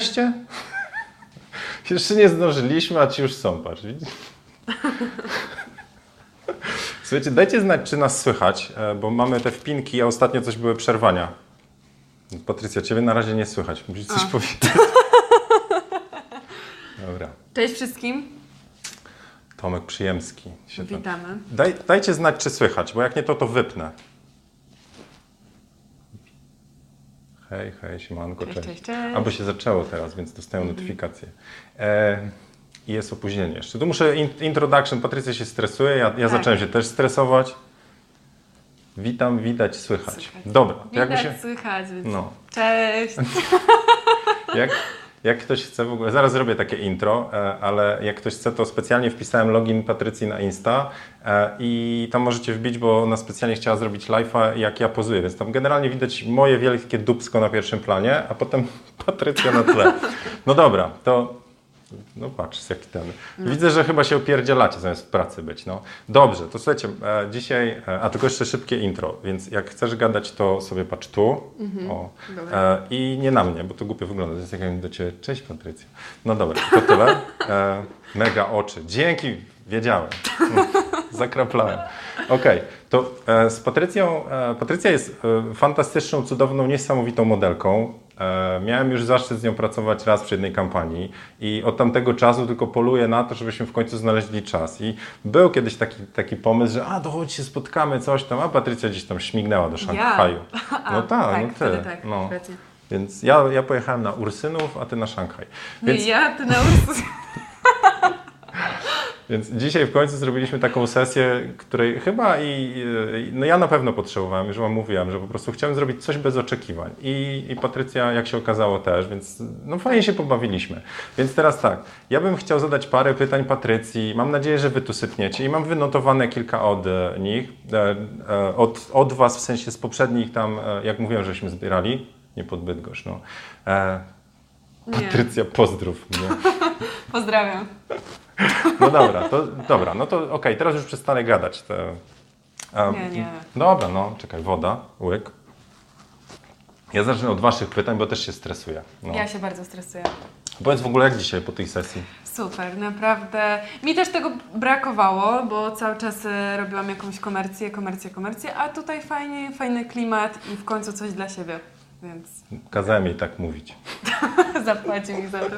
wreszcie? Jeszcze nie zdążyliśmy, a ci już są, patrz, widzisz? Słuchajcie, dajcie znać, czy nas słychać, bo mamy te wpinki, a ostatnio coś były przerwania. Patrycja, ciebie na razie nie słychać, musisz coś powiedzieć. Dobra. Cześć wszystkim. Tomek Przyjemski. Witamy. Dajcie znać, czy słychać, bo jak nie to wypnę. Hej, siemanko, cześć. Albo się zaczęło teraz, więc dostaję notyfikację. I jest opóźnienie jeszcze. Tu muszę introduction. Patrycja się stresuje, ja zacząłem się też stresować. Witam, widać, słychać. Dobra. Widać, słychać, więc cześć. Jak ktoś chce w ogóle, zaraz zrobię takie intro, ale jak ktoś chce, to specjalnie wpisałem login Patrycji na Insta i tam możecie wbić, bo ona specjalnie chciała zrobić live'a, jak ja pozuję, więc tam generalnie widać moje wielkie dupsko na pierwszym planie, a potem Patrycja na tle. No dobra, to patrz, jaki ten. Widzę, że chyba się opierdzielacie, zamiast w pracy być. No. Dobrze, to słuchajcie, dzisiaj, tylko jeszcze szybkie intro, więc jak chcesz gadać, to sobie patrz tu. I nie na mnie, bo to głupio wygląda. To jest jak ja do Ciebie, cześć Patrycja. No dobra, to tyle. Mega oczy. Dzięki, wiedziałem. Zakraplałem. Okej, to z Patrycją. Patrycja jest fantastyczną, cudowną, niesamowitą modelką. Miałem już zaszczyt z nią pracować raz przy jednej kampanii i od tamtego czasu tylko poluję na to, żebyśmy w końcu znaleźli czas. I był kiedyś taki pomysł, że dochodź się spotkamy, coś tam, a Patrycja gdzieś tam śmignęła do Szanghaju. No tak, no ty. Tak, no. Więc ja pojechałem na Ursynów, a ty na Szanghaj. Więc... ty na Ursynów. Więc dzisiaj w końcu zrobiliśmy taką sesję, której chyba ja na pewno potrzebowałem, już wam mówiłem, że po prostu chciałem zrobić coś bez oczekiwań. I Patrycja, jak się okazało, też, więc fajnie się pobawiliśmy. Więc teraz tak, ja bym chciał zadać parę pytań Patrycji, mam nadzieję, że wy tu sypniecie i mam wynotowane kilka od nich, od was, w sensie z poprzednich tam, jak mówiłem, żeśmy zbierali, nie pod Bydgoszcz, Patrycja, pozdrów mnie. Pozdrawiam. No dobra, no to okej, teraz już przestanę gadać. Nie. Dobra, czekaj, woda, łyk. Ja zacznę od waszych pytań, bo też się stresuję. Ja się bardzo stresuję. Powiedz w ogóle, jak dzisiaj po tej sesji? Super, naprawdę. Mi też tego brakowało, bo cały czas robiłam jakąś komercję, a tutaj fajny klimat i w końcu coś dla siebie, więc... Kazałem jej tak mówić. Zapłaci mi za to.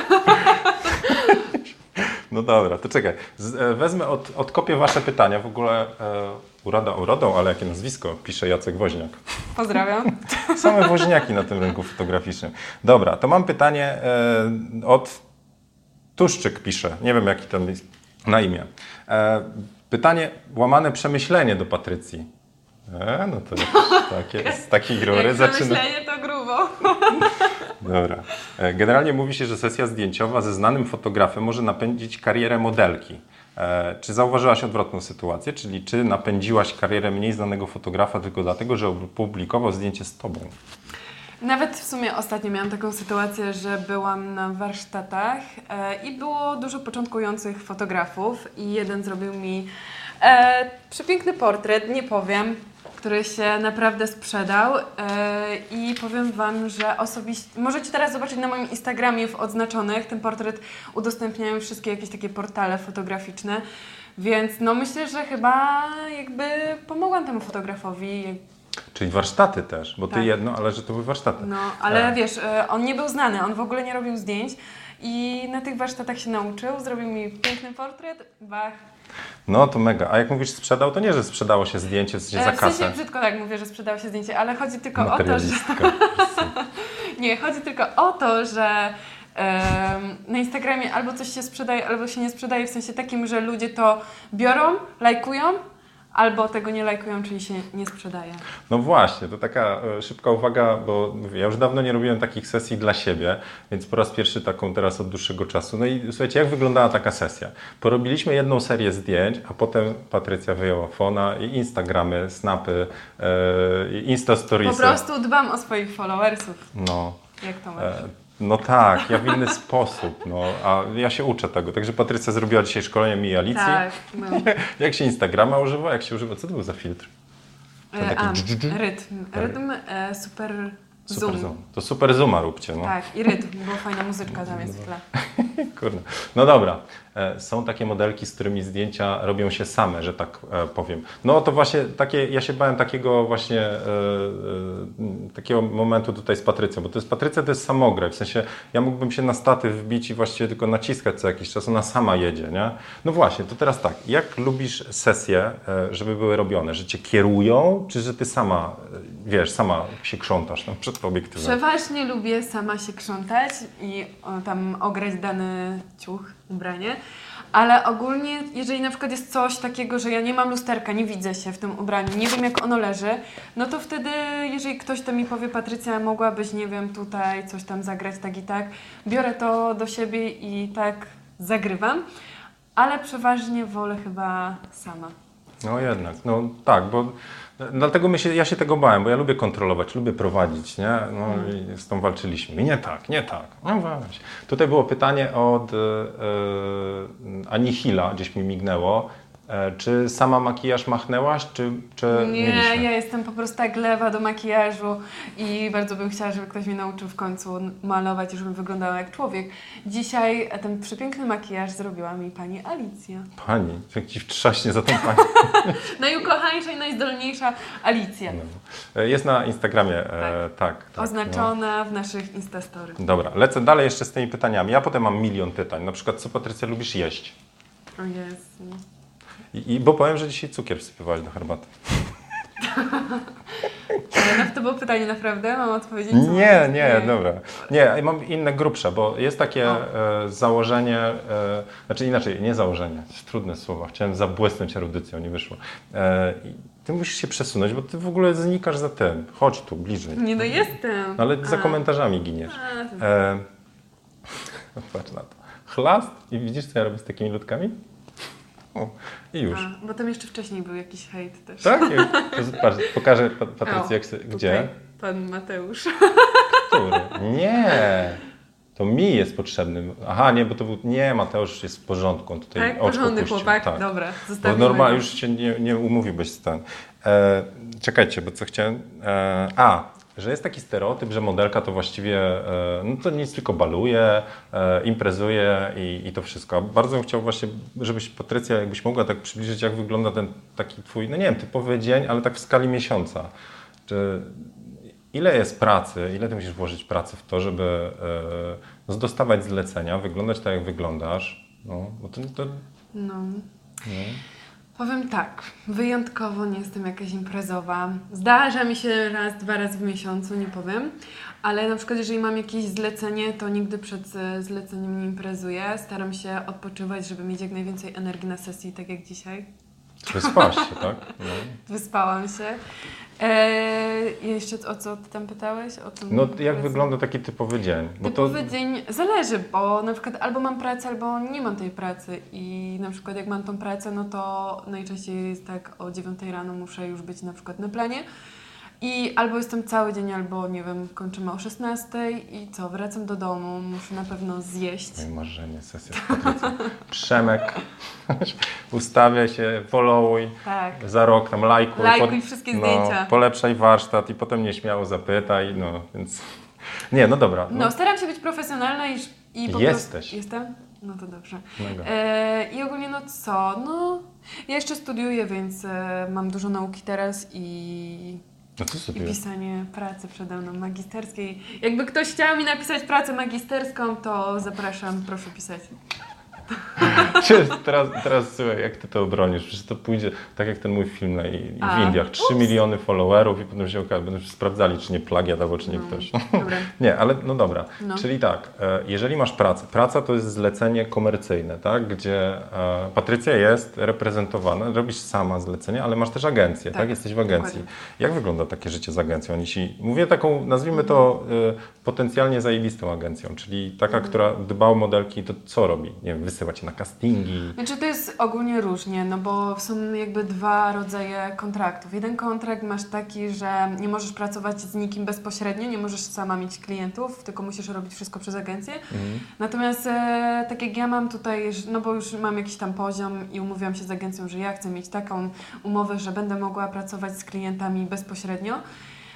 No dobra, to czekaj. Wezmę, odkopię wasze pytania. W ogóle urodą, ale jakie nazwisko, pisze Jacek Woźniak. Pozdrawiam. Same woźniaki na tym rynku fotograficznym. Dobra, to mam pytanie od Tuszczyk pisze. Nie wiem, jaki tam jest na imię. Pytanie łamane przemyślenie do Patrycji. No to takie, z takiej grury zaczyna. Przemyślenie to grubo. Dobra. Generalnie mówi się, że sesja zdjęciowa ze znanym fotografem może napędzić karierę modelki. Czy zauważyłaś odwrotną sytuację? Czyli czy napędziłaś karierę mniej znanego fotografa tylko dlatego, że opublikował zdjęcie z tobą? Nawet w sumie ostatnio miałam taką sytuację, że byłam na warsztatach i było dużo początkujących fotografów i jeden zrobił mi przepiękny portret, nie powiem, który się naprawdę sprzedał i powiem wam, że osobiście, możecie teraz zobaczyć na moim Instagramie w odznaczonych, ten portret udostępniają wszystkie jakieś takie portale fotograficzne, więc myślę, że chyba jakby pomogłam temu fotografowi. Czyli warsztaty też, bo tak. Ty jedno, ale że to były warsztaty. Ale wiesz, on nie był znany, on w ogóle nie robił zdjęć i na tych warsztatach się nauczył, zrobił mi piękny portret, bach. No to mega. A jak mówisz sprzedał, to nie, że sprzedało się zdjęcie za kasę. W sensie brzydko tak mówię, że sprzedało się zdjęcie, ale chodzi tylko o to, że... Nie, chodzi tylko o to, że na Instagramie albo coś się sprzedaje, albo się nie sprzedaje, w sensie takim, że ludzie to biorą, lajkują, albo tego nie lajkują, czyli się nie sprzedaje. No właśnie, to taka szybka uwaga, bo mówię, ja już dawno nie robiłem takich sesji dla siebie, więc po raz pierwszy taką teraz od dłuższego czasu. No i słuchajcie, jak wyglądała taka sesja? Porobiliśmy jedną serię zdjęć, a potem Patrycja wyjęła fona i Instagramy, snapy, Instastoriesy. Po prostu dbam o swoich followersów. No. Jak to masz? No tak, ja w inny sposób, a ja się uczę tego. Także Patrycja zrobiła dzisiaj szkolenie mi i Alicji. Tak. Jak się Instagrama używa? Jak się używa? Co to był za filtr? Rytm super Zoom. To super zooma róbcie. No. Tak, i rytm, była fajna muzyczka zamiast w tle. Kurde. No dobra. Są takie modelki, z którymi zdjęcia robią się same, że tak powiem. No to właśnie takie, ja się bałem takiego właśnie takiego momentu tutaj z Patrycją, bo Patrycja to jest samograj, w sensie ja mógłbym się na statyw wbić i właściwie tylko naciskać co jakiś czas, ona sama jedzie, nie? No właśnie, to teraz tak, jak lubisz sesje, żeby były robione, że cię kierują, czy że ty sama, wiesz, sama się krzątasz przed obiektywem? Przeważnie lubię sama się krzątać i tam ograć dany ciuch, ubranie, ale ogólnie, jeżeli na przykład jest coś takiego, że ja nie mam lusterka, nie widzę się w tym ubraniu, nie wiem jak ono leży, no to wtedy, jeżeli ktoś to mi powie, Patrycja, mogłabyś, nie wiem, tutaj coś tam zagrać tak i tak, biorę to do siebie i tak zagrywam, ale przeważnie wolę chyba sama. No jednak, no tak, bo dlatego ja się tego bałem, bo ja lubię kontrolować, lubię prowadzić, nie? No i z tą walczyliśmy. I nie tak. No właśnie. Tutaj było pytanie od Anihila, gdzieś mi mignęło. Czy sama makijaż machnęłaś, czy mieliśmy? Nie, ja jestem po prostu tak lewa do makijażu i bardzo bym chciała, żeby ktoś mnie nauczył w końcu malować i żebym wyglądała jak człowiek. Dzisiaj ten przepiękny makijaż zrobiła mi pani Alicja. Pani? Jak ci wtrzaśnie za tą pani? Najukochańsza i najzdolniejsza Alicja. No. Jest na Instagramie, tak. Oznaczona w naszych Instastory. Dobra, lecę dalej jeszcze z tymi pytaniami. Ja potem mam milion pytań. Na przykład, co Patrycja lubisz jeść? O Jezu. Bo powiem, że dzisiaj cukier wsypywałaś do herbaty. Ale to było pytanie naprawdę? Mam odpowiedzieć? Nie, dobra. Nie, mam inne grubsze, bo jest takie założenie, znaczy inaczej, nie założenie, to jest trudne słowo, chciałem zabłysnąć erudycją, nie wyszło. Ty musisz się przesunąć, bo ty w ogóle znikasz za tym. Chodź tu, bliżej. Nie, no jestem. No, ale za komentarzami giniesz. Patrz na to. Chlast i widzisz, co ja robię z takimi ludkami? I już. Bo tam jeszcze wcześniej był jakiś hejt też. Tak? Patrz, pokażę Patrycji, gdzie. Tutaj, pan Mateusz. Który? Nie! To mi jest potrzebny. Aha, nie, bo to był. Nie, Mateusz jest w porządku. On tutaj tak, oczko porządny puścił. chłopak, tak. dobra, Bo zostawimy. normalnie już się nie umówiłbyś z ten. Czekajcie, bo co chciałem. Że jest taki stereotyp, że modelka to właściwie no to nic, tylko baluje, imprezuje i to wszystko. Bardzo bym chciał właśnie, żebyś Patrycja, jakbyś mogła tak przybliżyć, jak wygląda ten taki twój, no nie wiem, typowy dzień, ale tak w skali miesiąca. Ile jest pracy, ile ty musisz włożyć pracy w to, żeby dostawać zlecenia, wyglądać tak, jak wyglądasz? No, bo No. Powiem tak, wyjątkowo nie jestem jakaś imprezowa. Zdarza mi się raz, 2 razy w miesiącu, nie powiem. Ale na przykład jeżeli mam jakieś zlecenie, to nigdy przed zleceniem nie imprezuję. Staram się odpoczywać, żeby mieć jak najwięcej energii na sesji, tak jak dzisiaj. Wyspałaś się, tak? No. Wyspałam się. Jeszcze o co ty tam pytałeś? No jak wygląda taki typowy dzień? Bo typowy dzień zależy, bo na przykład albo mam pracę, albo nie mam tej pracy i na przykład jak mam tą pracę, no to najczęściej jest tak o 9 rano muszę już być na przykład na planie i albo jestem cały dzień, albo nie wiem, kończymy o 16 i co, wracam do domu, muszę na pewno zjeść. Moje marzenie, sesja z Patrycją. Przemek, ustawia się, followuj, tak. Za rok tam lajkuj. Lajkuj wszystkie zdjęcia. Polepszaj warsztat i potem nieśmiało zapytaj, no więc... Nie, no dobra. No staram się być profesjonalna i po Jesteś. prostu... Jestem? No to dobrze. I ogólnie no co, no ja jeszcze studiuję, więc mam dużo nauki teraz i pisanie pracy przede mną magisterskiej. Jakby ktoś chciał mi napisać pracę magisterską, to zapraszam, proszę pisać. Teraz słuchaj, jak ty to obronisz, przecież to pójdzie tak jak ten mój film w Indiach. 3 miliony followerów i potem się okaże, będą sprawdzali, czy nie plagiat albo czy nie ktoś. Dobra. Nie, ale no dobra. Czyli tak, jeżeli masz pracę, praca to jest zlecenie komercyjne, tak? Gdzie Patrycja jest reprezentowana, robisz sama zlecenie, ale masz też agencję, tak? Jesteś w agencji. Dokładnie. Jak wygląda takie życie z agencją? Mówię taką, nazwijmy to potencjalnie zajebistą agencją, czyli taka, która dba o modelki, to co robi? Nie wiem, wysyła cię na castingi. Znaczy to jest ogólnie różnie, no bo są jakby 2 rodzaje kontraktów. Jeden kontrakt masz taki, że nie możesz pracować z nikim bezpośrednio, nie możesz sama mieć klientów, tylko musisz robić wszystko przez agencję. Natomiast tak jak ja mam tutaj, no bo już mam jakiś tam poziom i umówiłam się z agencją, że ja chcę mieć taką umowę, że będę mogła pracować z klientami bezpośrednio,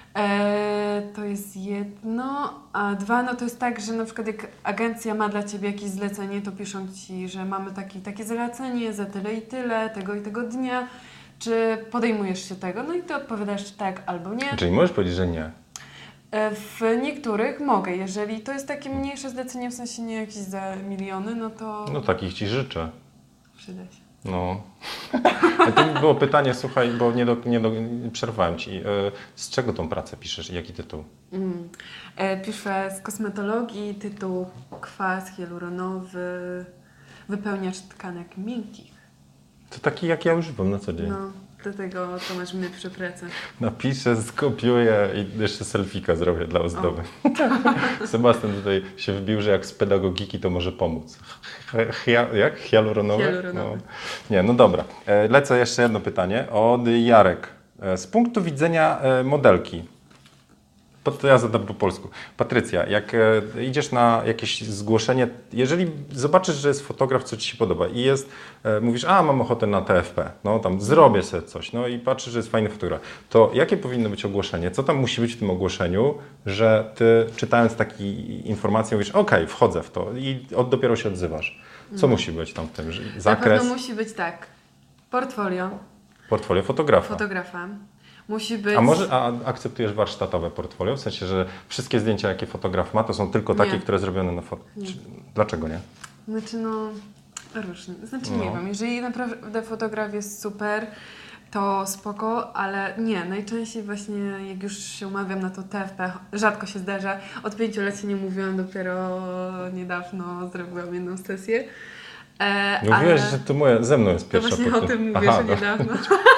To jest jedno, a dwa, no to jest tak, że na przykład jak agencja ma dla Ciebie jakieś zlecenie, to piszą Ci, że mamy takie zlecenie za tyle i tyle, tego i tego dnia, czy podejmujesz się tego? No i Ty odpowiadasz czy tak albo nie. Czyli możesz powiedzieć, że nie. W niektórych mogę, jeżeli to jest takie mniejsze zlecenie, w sensie nie jakieś za miliony, no to No takich Ci życzę. przyda się. No. To było pytanie, słuchaj, bo przerwałem Ci. Z czego tą pracę piszesz i jaki tytuł? Piszę z kosmetologii, tytuł kwas hialuronowy, wypełniacz tkanek miękkich. To taki, jak ja używam na co dzień. No, dlatego to masz mnie przy pracy. Napiszę, skopiuję i jeszcze selfika zrobię dla ozdoby. Sebastian tutaj się wbił, że jak z pedagogiki to może pomóc. Jak? Hialuronowy? Hialuronowy. No. Nie, no dobra. Lecę jeszcze jedno pytanie od Jarek. Z punktu widzenia modelki, to ja zadam po polsku. Patrycja, jak idziesz na jakieś zgłoszenie, jeżeli zobaczysz, że jest fotograf, co Ci się podoba i mówisz, mam ochotę na TFP, no tam zrobię sobie coś, no i patrzysz, że jest fajny fotograf, to jakie powinno być ogłoszenie? Co tam musi być w tym ogłoszeniu, że Ty czytając taką informację mówisz, okej, wchodzę w to i dopiero się odzywasz. Co musi być tam w tym? Zakres? Na pewno musi być tak, portfolio fotografa. Musi być... A akceptujesz warsztatowe portfolio? W sensie, że wszystkie zdjęcia, jakie fotograf ma, to są tylko takie, które zrobione na foto. Dlaczego nie? Znaczy różnie. Nie wiem, jeżeli naprawdę fotograf jest super, to spoko, ale nie, najczęściej właśnie jak już się umawiam na to TFP, rzadko się zdarza. Od 5 lat się nie mówiłam, dopiero niedawno zrobiłam jedną sesję. Mówiłeś, że to ze mną jest pierwsza. To właśnie o tym mówię, że niedawno.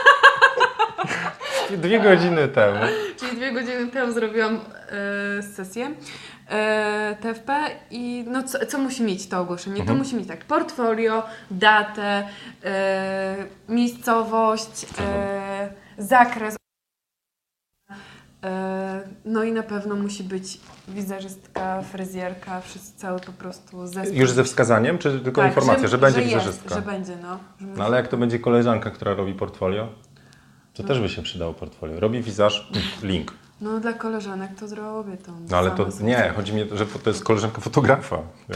2 godziny temu. Czyli 2 godziny temu zrobiłam sesję TFP i co musi mieć to ogłoszenie? To musi mieć tak, portfolio, datę, miejscowość, zakres. No i na pewno musi być wizerzystka, fryzjerka, cały po prostu zespół. Już ze wskazaniem, czy tylko informacja, że będzie wizerzystka? Że będzie, No ale jak to będzie koleżanka, która robi portfolio? To też by się przydało portfolio. Robi wizaż, link. No dla koleżanek to zrobię to. No ale to nie, chodzi mi o to, że to jest koleżanka fotografa. Wiesz.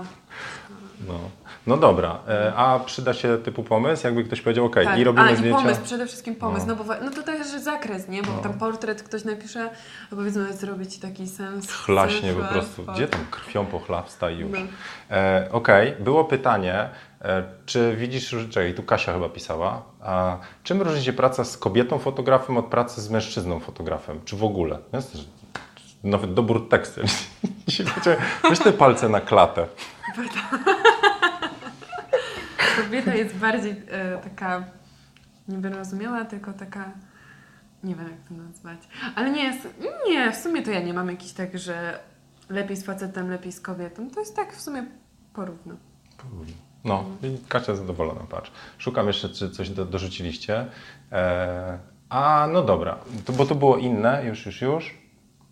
No dobra, a przyda się typu pomysł, jakby ktoś powiedział, i robimy zdjęcia. Pomysł, przede wszystkim pomysł, bo to też zakres, nie? Bo tam portret ktoś napisze, a powiedzmy zrobić ci taki sens. Chlaśnie po prostu, gdzie tam krwią pochlapsta i już. No. Było pytanie, czy widzisz, czekaj, tu Kasia chyba pisała, czym różni się praca z kobietą fotografem od pracy z mężczyzną fotografem, czy w ogóle? Nawet dobór tekstu. Weź te palce na klatę. Kobieta jest bardziej taka niewyrozumiała, tylko taka, nie wiem jak to nazwać, ale nie, w sumie to ja nie mam jakiś tak, że lepiej z facetem, lepiej z kobietą, to jest tak w sumie porówno. No i Kasia zadowolona, patrz. Szukam jeszcze, czy coś dorzuciliście. No dobra, bo to było inne, już.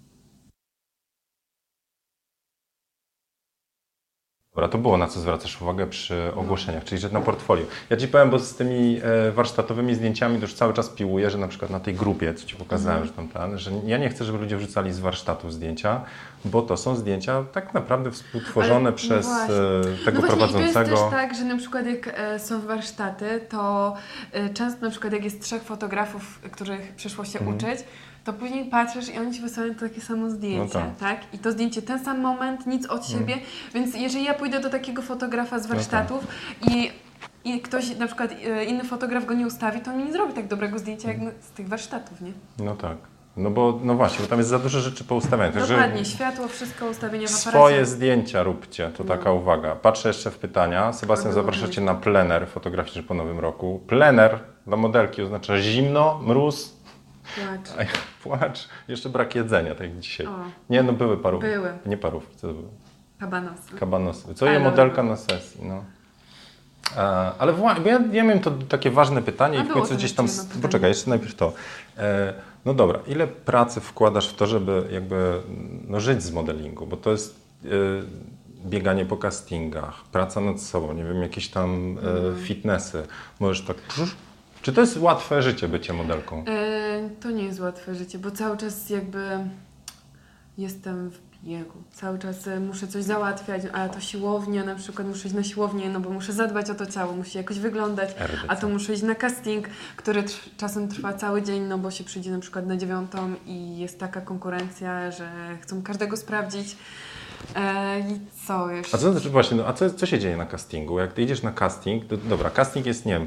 Dobra, to było na co zwracasz uwagę przy ogłoszeniach, czyli że na portfolio. Ja Ci powiem, bo z tymi warsztatowymi zdjęciami to już cały czas piłuję, że na przykład na tej grupie, co Ci pokazałem, że ja nie chcę, żeby ludzie wrzucali z warsztatów zdjęcia, bo to są zdjęcia tak naprawdę współtworzone przez tego prowadzącego. To jest też tak, że na przykład jak są warsztaty, to często na przykład jak jest 3 fotografów, których przyszło się uczyć, to później patrzysz i oni Ci wysyłają takie samo zdjęcie, tak? I to zdjęcie, ten sam moment, nic od siebie, więc jeżeli ja pójdę do takiego fotografa z warsztatów i ktoś, na przykład inny fotograf go nie ustawi, to mi nie zrobi tak dobrego zdjęcia jak z tych warsztatów, nie? No tak. No właśnie, bo tam jest za dużo rzeczy poustawianych. Dokładnie, światło, wszystko ustawienie w aparacie. Swoje zdjęcia róbcie, to taka uwaga. Patrzę jeszcze w pytania. Sebastian, zaprasza Cię na plener fotograficzny po nowym roku. Plener dla modelki oznacza zimno, mróz. Płacz. Płacz. Jeszcze brak jedzenia, tak jak dzisiaj. Nie, były parówki. Były. Nie parówki, co to były? Kabanosy. Co je modelka na sesji, no. Ale bo ja miałem to takie ważne pytanie i w końcu gdzieś tam... Poczekaj, jeszcze najpierw to. No dobra, ile pracy wkładasz w to, żeby jakby żyć z modelingu? Bo to jest bieganie po castingach, praca nad sobą, nie wiem, jakieś tam fitnessy. Możesz tak Czy to jest łatwe życie, bycie modelką? To nie jest łatwe życie, bo cały czas jakby jestem w biegu. Cały czas muszę coś załatwiać, a to siłownia na przykład, muszę iść na siłownię, no bo muszę zadbać o to ciało, musi jakoś wyglądać, a to muszę iść na casting, który czasem trwa cały dzień, no bo się przyjdzie na przykład na 9 i jest taka konkurencja, że chcą każdego sprawdzić. I co jeszcze? A co znaczy właśnie, co się dzieje na castingu? Jak ty idziesz na casting, dobra, casting jest, nie wiem,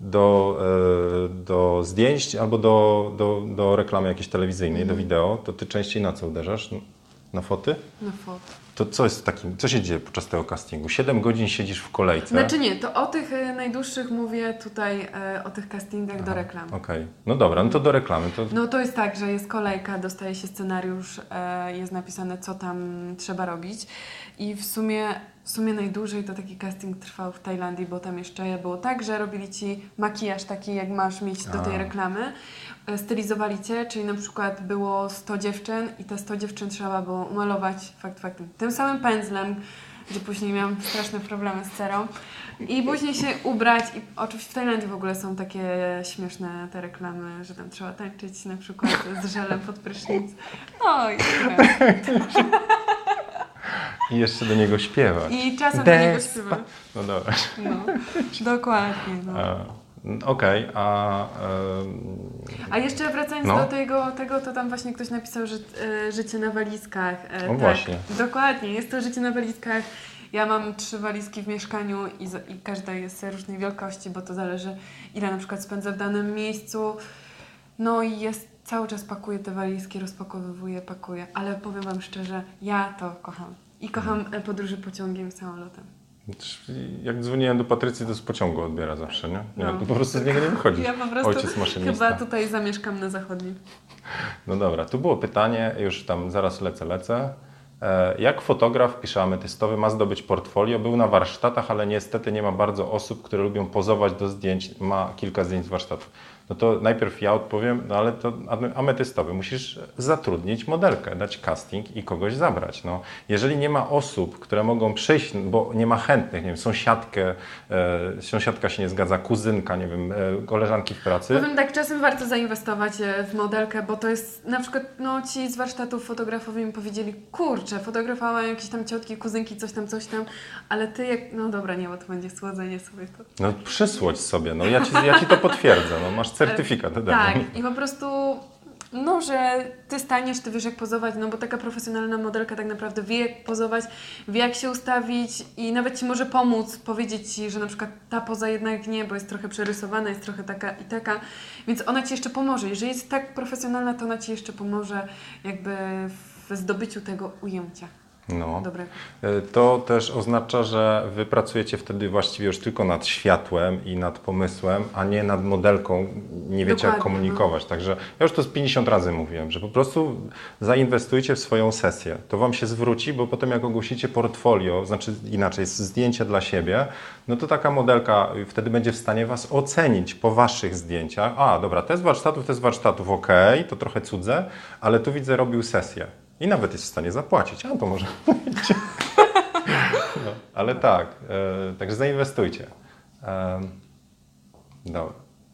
do zdjęć albo do reklamy jakiejś telewizyjnej, do wideo, to ty częściej na co uderzasz? Na foty? Na foty. To co się dzieje podczas tego castingu? 7 godzin siedzisz w kolejce? Znaczy nie, to o tych najdłuższych mówię tutaj, o tych castingach do reklamy. Okej. No dobra, no to do reklamy. No to jest tak, że jest kolejka, dostaje się scenariusz, jest napisane, co tam trzeba robić i w sumie najdłużej to taki casting trwał w Tajlandii, bo tam jeszcze było tak, że robili Ci makijaż taki, jak masz mieć do tej reklamy, stylizowali Cię, czyli na przykład było 100 dziewczyn i te 100 dziewczyn trzeba było umalować faktem tym samym pędzlem, gdzie później miałam straszne problemy z cerą i później się ubrać i oczywiście w Tajlandii w ogóle są takie śmieszne te reklamy, że tam trzeba tańczyć na przykład z żelem pod prysznic. No i I jeszcze do niego śpiewać. I czasem do niego śpiewam. No dobra. No, dokładnie. No. Okej, A jeszcze wracając do tego, to tam właśnie ktoś napisał, że życie na walizkach. No tak, właśnie. Dokładnie, jest to życie na walizkach. Ja mam 3 walizki w mieszkaniu i każda jest różnej wielkości, bo to zależy, ile na przykład spędzę w danym miejscu. No i cały czas pakuję te walizki, rozpakowywuję, pakuję. Ale powiem Wam szczerze, ja to kocham. I kocham podróże pociągiem i samolotem. Jak dzwoniłem do Patrycji, to z pociągu odbiera zawsze, nie? No. To po prostu z niego nie wychodzi. Ja po prostu Ojciec maszynista. chyba tutaj zamieszkam na zachodnim. No dobra, tu było pytanie, już tam zaraz lecę. Jak fotograf, pisze ametystowy, ma zdobyć portfolio? Był na warsztatach, ale niestety nie ma bardzo osób, które lubią pozować do zdjęć. Ma kilka zdjęć z warsztatów. No to najpierw ja odpowiem, no ale to ametystowy. Musisz zatrudnić modelkę, dać casting i kogoś zabrać. No, jeżeli nie ma osób, które mogą przyjść, bo nie ma chętnych, nie wiem, sąsiadka się nie zgadza, kuzynka, nie wiem, koleżanki w pracy. Powiem tak, czasem warto zainwestować w modelkę, bo to jest na przykład, no ci z warsztatów fotografowych mi powiedzieli, kurczę, fotografowałam jakieś tam ciotki, kuzynki, coś tam, ale ty no dobra, nie, bo to będzie słodzenie sobie to. No przysłodź sobie, no ja ci to potwierdzę, no masz certyfikat. Tak, i po prostu, no, że ty staniesz, ty wiesz jak pozować, no bo taka profesjonalna modelka tak naprawdę wie jak pozować, wie jak się ustawić i nawet Ci może pomóc, powiedzieć Ci, że na przykład ta poza jednak nie, bo jest trochę przerysowana, jest trochę taka i taka, więc ona Ci jeszcze pomoże. Jeżeli jest tak profesjonalna, to ona Ci jeszcze pomoże jakby w zdobyciu tego ujęcia. No. Dobre. To też oznacza, że Wy pracujecie wtedy właściwie już tylko nad światłem i nad pomysłem, a nie nad modelką. Nie wiecie jak komunikować. Także ja już to z 50 razy mówiłem, że po prostu zainwestujcie w swoją sesję. To Wam się zwróci, bo potem jak ogłosicie portfolio, znaczy inaczej, zdjęcie dla siebie, no to taka modelka wtedy będzie w stanie Was ocenić po Waszych zdjęciach. A, dobra, te z warsztatów, okej, to trochę cudze, ale tu widzę, robił sesję. I nawet jest w stanie zapłacić. A to może. No, ale tak, także zainwestujcie. Dobra.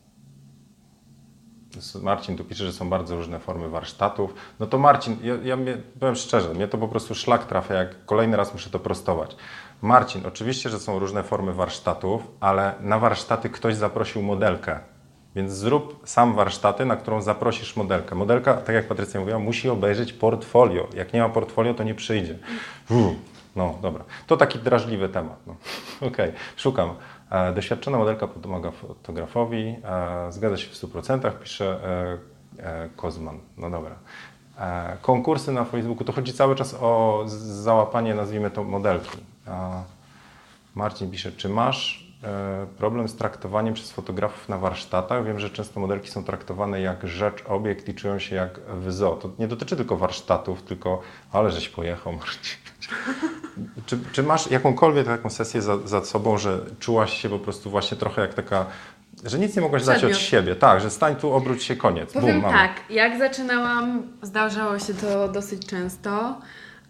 Marcin tu pisze, że są bardzo różne formy warsztatów. No to Marcin, powiem szczerze, mnie to po prostu szlak trafia, jak kolejny raz muszę to prostować. Marcin, oczywiście, że są różne formy warsztatów, ale na warsztaty ktoś zaprosił modelkę. Więc zrób sam warsztaty, na którą zaprosisz modelkę. Modelka, tak jak Patrycja mówiła, musi obejrzeć portfolio. Jak nie ma portfolio, to nie przyjdzie. No dobra, to taki drażliwy temat. No. Okej, szukam. Doświadczona modelka pomaga fotografowi. Zgadza się w 100%, pisze Kozman. No dobra. Konkursy na Facebooku, to chodzi cały czas o załapanie, nazwijmy to, modelki. Marcin pisze, czy masz problem z traktowaniem przez fotografów na warsztatach? Wiem, że często modelki są traktowane jak rzecz, obiekt i czują się jak w zoo. To nie dotyczy tylko warsztatów, tylko ale żeś pojechał, Marcin. Czy masz jakąkolwiek taką sesję za sobą, że czułaś się po prostu właśnie trochę jak taka, że nic nie mogłaś dać od siebie? Tak, że stań tu, obróć się, koniec. Powiem tak, jak zaczynałam, zdarzało się to dosyć często.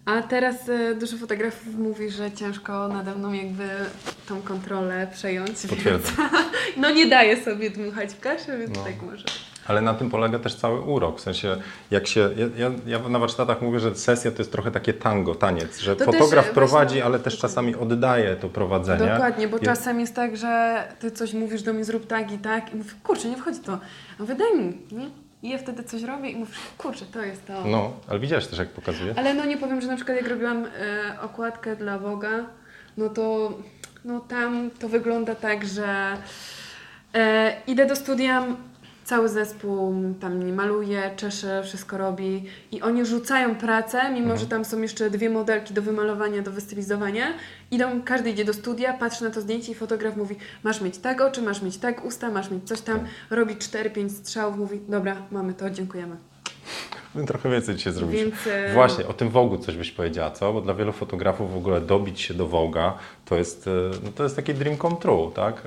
A teraz dużo fotografów mówi, że ciężko nade mną jakby tą kontrolę przejąć. Potwierdzam. No nie daję sobie dmuchać w kaszę, więc tak może. Ale na tym polega też cały urok. W sensie, jak się. Ja na warsztatach mówię, że sesja to jest trochę takie tango, taniec, że To fotograf też, prowadzi, właśnie, ale też czasami oddaje to prowadzenie. Dokładnie, bo czasem jest tak, że ty coś mówisz do mnie, zrób tak i tak i mówię, kurczę, nie wchodzi to. No wydaj mi, nie? I ja wtedy coś robię i mówię, kurczę, to jest to. No, ale widziałeś też, jak pokazuje. Ale no nie powiem, że na przykład jak robiłam okładkę dla Vogue'a, no to tam to wygląda tak, że idę do studia, cały zespół tam mnie maluje, czesze, wszystko robi i oni rzucają pracę, mimo że tam są jeszcze 2 modelki do wymalowania, do wystylizowania. Każdy idzie do studia, patrzy na to zdjęcie i fotograf mówi, masz mieć tak oczy, masz mieć tak usta, masz mieć coś tam, robi 4-5 strzałów, mówi, dobra, mamy to, dziękujemy. Trochę więcej dzisiaj zrobisz. Więc, Właśnie, o tym Vogue'u coś byś powiedziała, co? Bo dla wielu fotografów w ogóle dobić się do Vogue'a to jest taki dream come true, tak?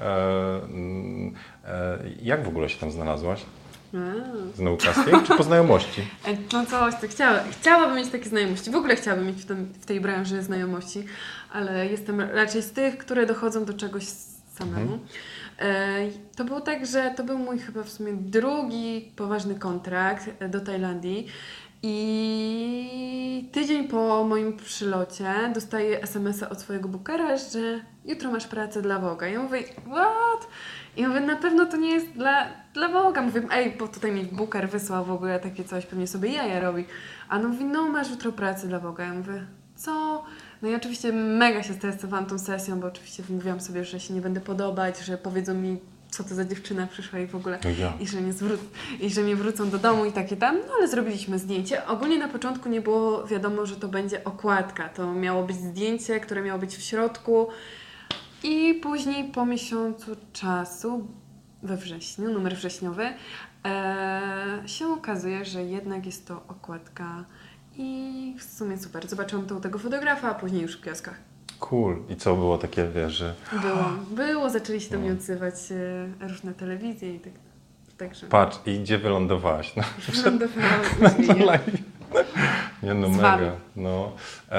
Jak w ogóle się tam znalazłaś? Znowu casting, czy po znajomości? No coś, to chciałabym mieć takie znajomości. W ogóle chciałabym mieć w tej branży znajomości, ale jestem raczej z tych, które dochodzą do czegoś samemu. To było tak, że to był mój chyba w sumie drugi poważny kontrakt do Tajlandii i tydzień po moim przylocie dostaję SMS-a od swojego bookera, że jutro masz pracę dla Vogue'a. Ja mówię, what? I mówię, na pewno to nie jest dla Vogue'a. Mówię, bo tutaj mi booker wysłał w ogóle takie coś, pewnie sobie jaja robi. A on mówi, no masz jutro pracę dla Vogue'a. Ja mówię, co? No i oczywiście mega się stresowałam tą sesją, bo oczywiście mówiłam sobie, że się nie będę podobać, że powiedzą mi, co to za dziewczyna przyszła i w ogóle, i że mnie wrócą do domu i takie tam, no ale zrobiliśmy zdjęcie. Ogólnie na początku nie było wiadomo, że to będzie okładka. To miało być zdjęcie, które miało być w środku i później po miesiącu czasu, we wrześniu, numer wrześniowy, się okazuje, że jednak jest to okładka. I w sumie super. Zobaczyłam to u tego fotografa, a później już w kioskach. Cool. I co było takie, wiesz, że... Było. Zaczęli się do mnie odzywać różne telewizje i tak. Także... Patrz, i gdzie wylądowałaś? No, Wylądowałam na live. Nie no, mega. No.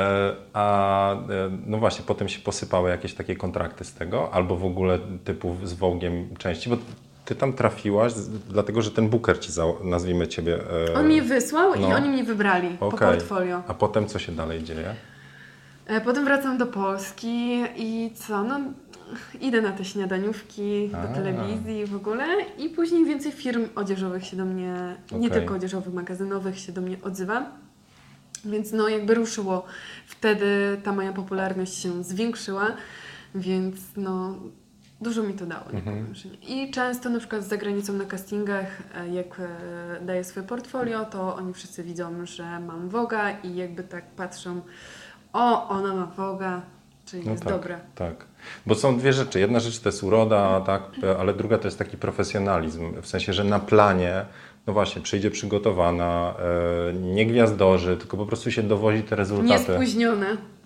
No właśnie, potem się posypały jakieś takie kontrakty z tego, albo w ogóle typu z Vogue'iem części, bo ty tam trafiłaś, dlatego że ten booker ci, nazwijmy ciebie... On mnie wysłał i oni mnie wybrali po portfolio. A potem co się dalej dzieje? Potem wracam do Polski i co? No, idę na te śniadaniówki, do telewizji w ogóle i później więcej firm odzieżowych się do mnie, nie tylko odzieżowych, magazynowych się do mnie odzywa. Więc no jakby ruszyło. Wtedy ta moja popularność się zwiększyła, więc no... Dużo mi to dało, nie powiem, że nie. I często na przykład za granicą na castingach, jak daję swoje portfolio, to oni wszyscy widzą, że mam Vogue'a i jakby tak patrzą, ona ma Vogue'a, czyli jest dobra. Tak, bo są dwie rzeczy. Jedna rzecz to jest uroda, tak, ale druga to jest taki profesjonalizm, w sensie, że na planie, no właśnie, przyjdzie przygotowana, nie gwiazdorzy, tylko po prostu się dowozi te rezultaty. Niespóźnione.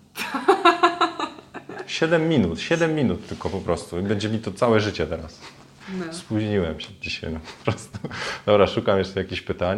7 minut tylko po prostu. I będzie mi to całe życie teraz. No. Spóźniłem się dzisiaj, no po prostu. Dobra, szukam jeszcze jakichś pytań.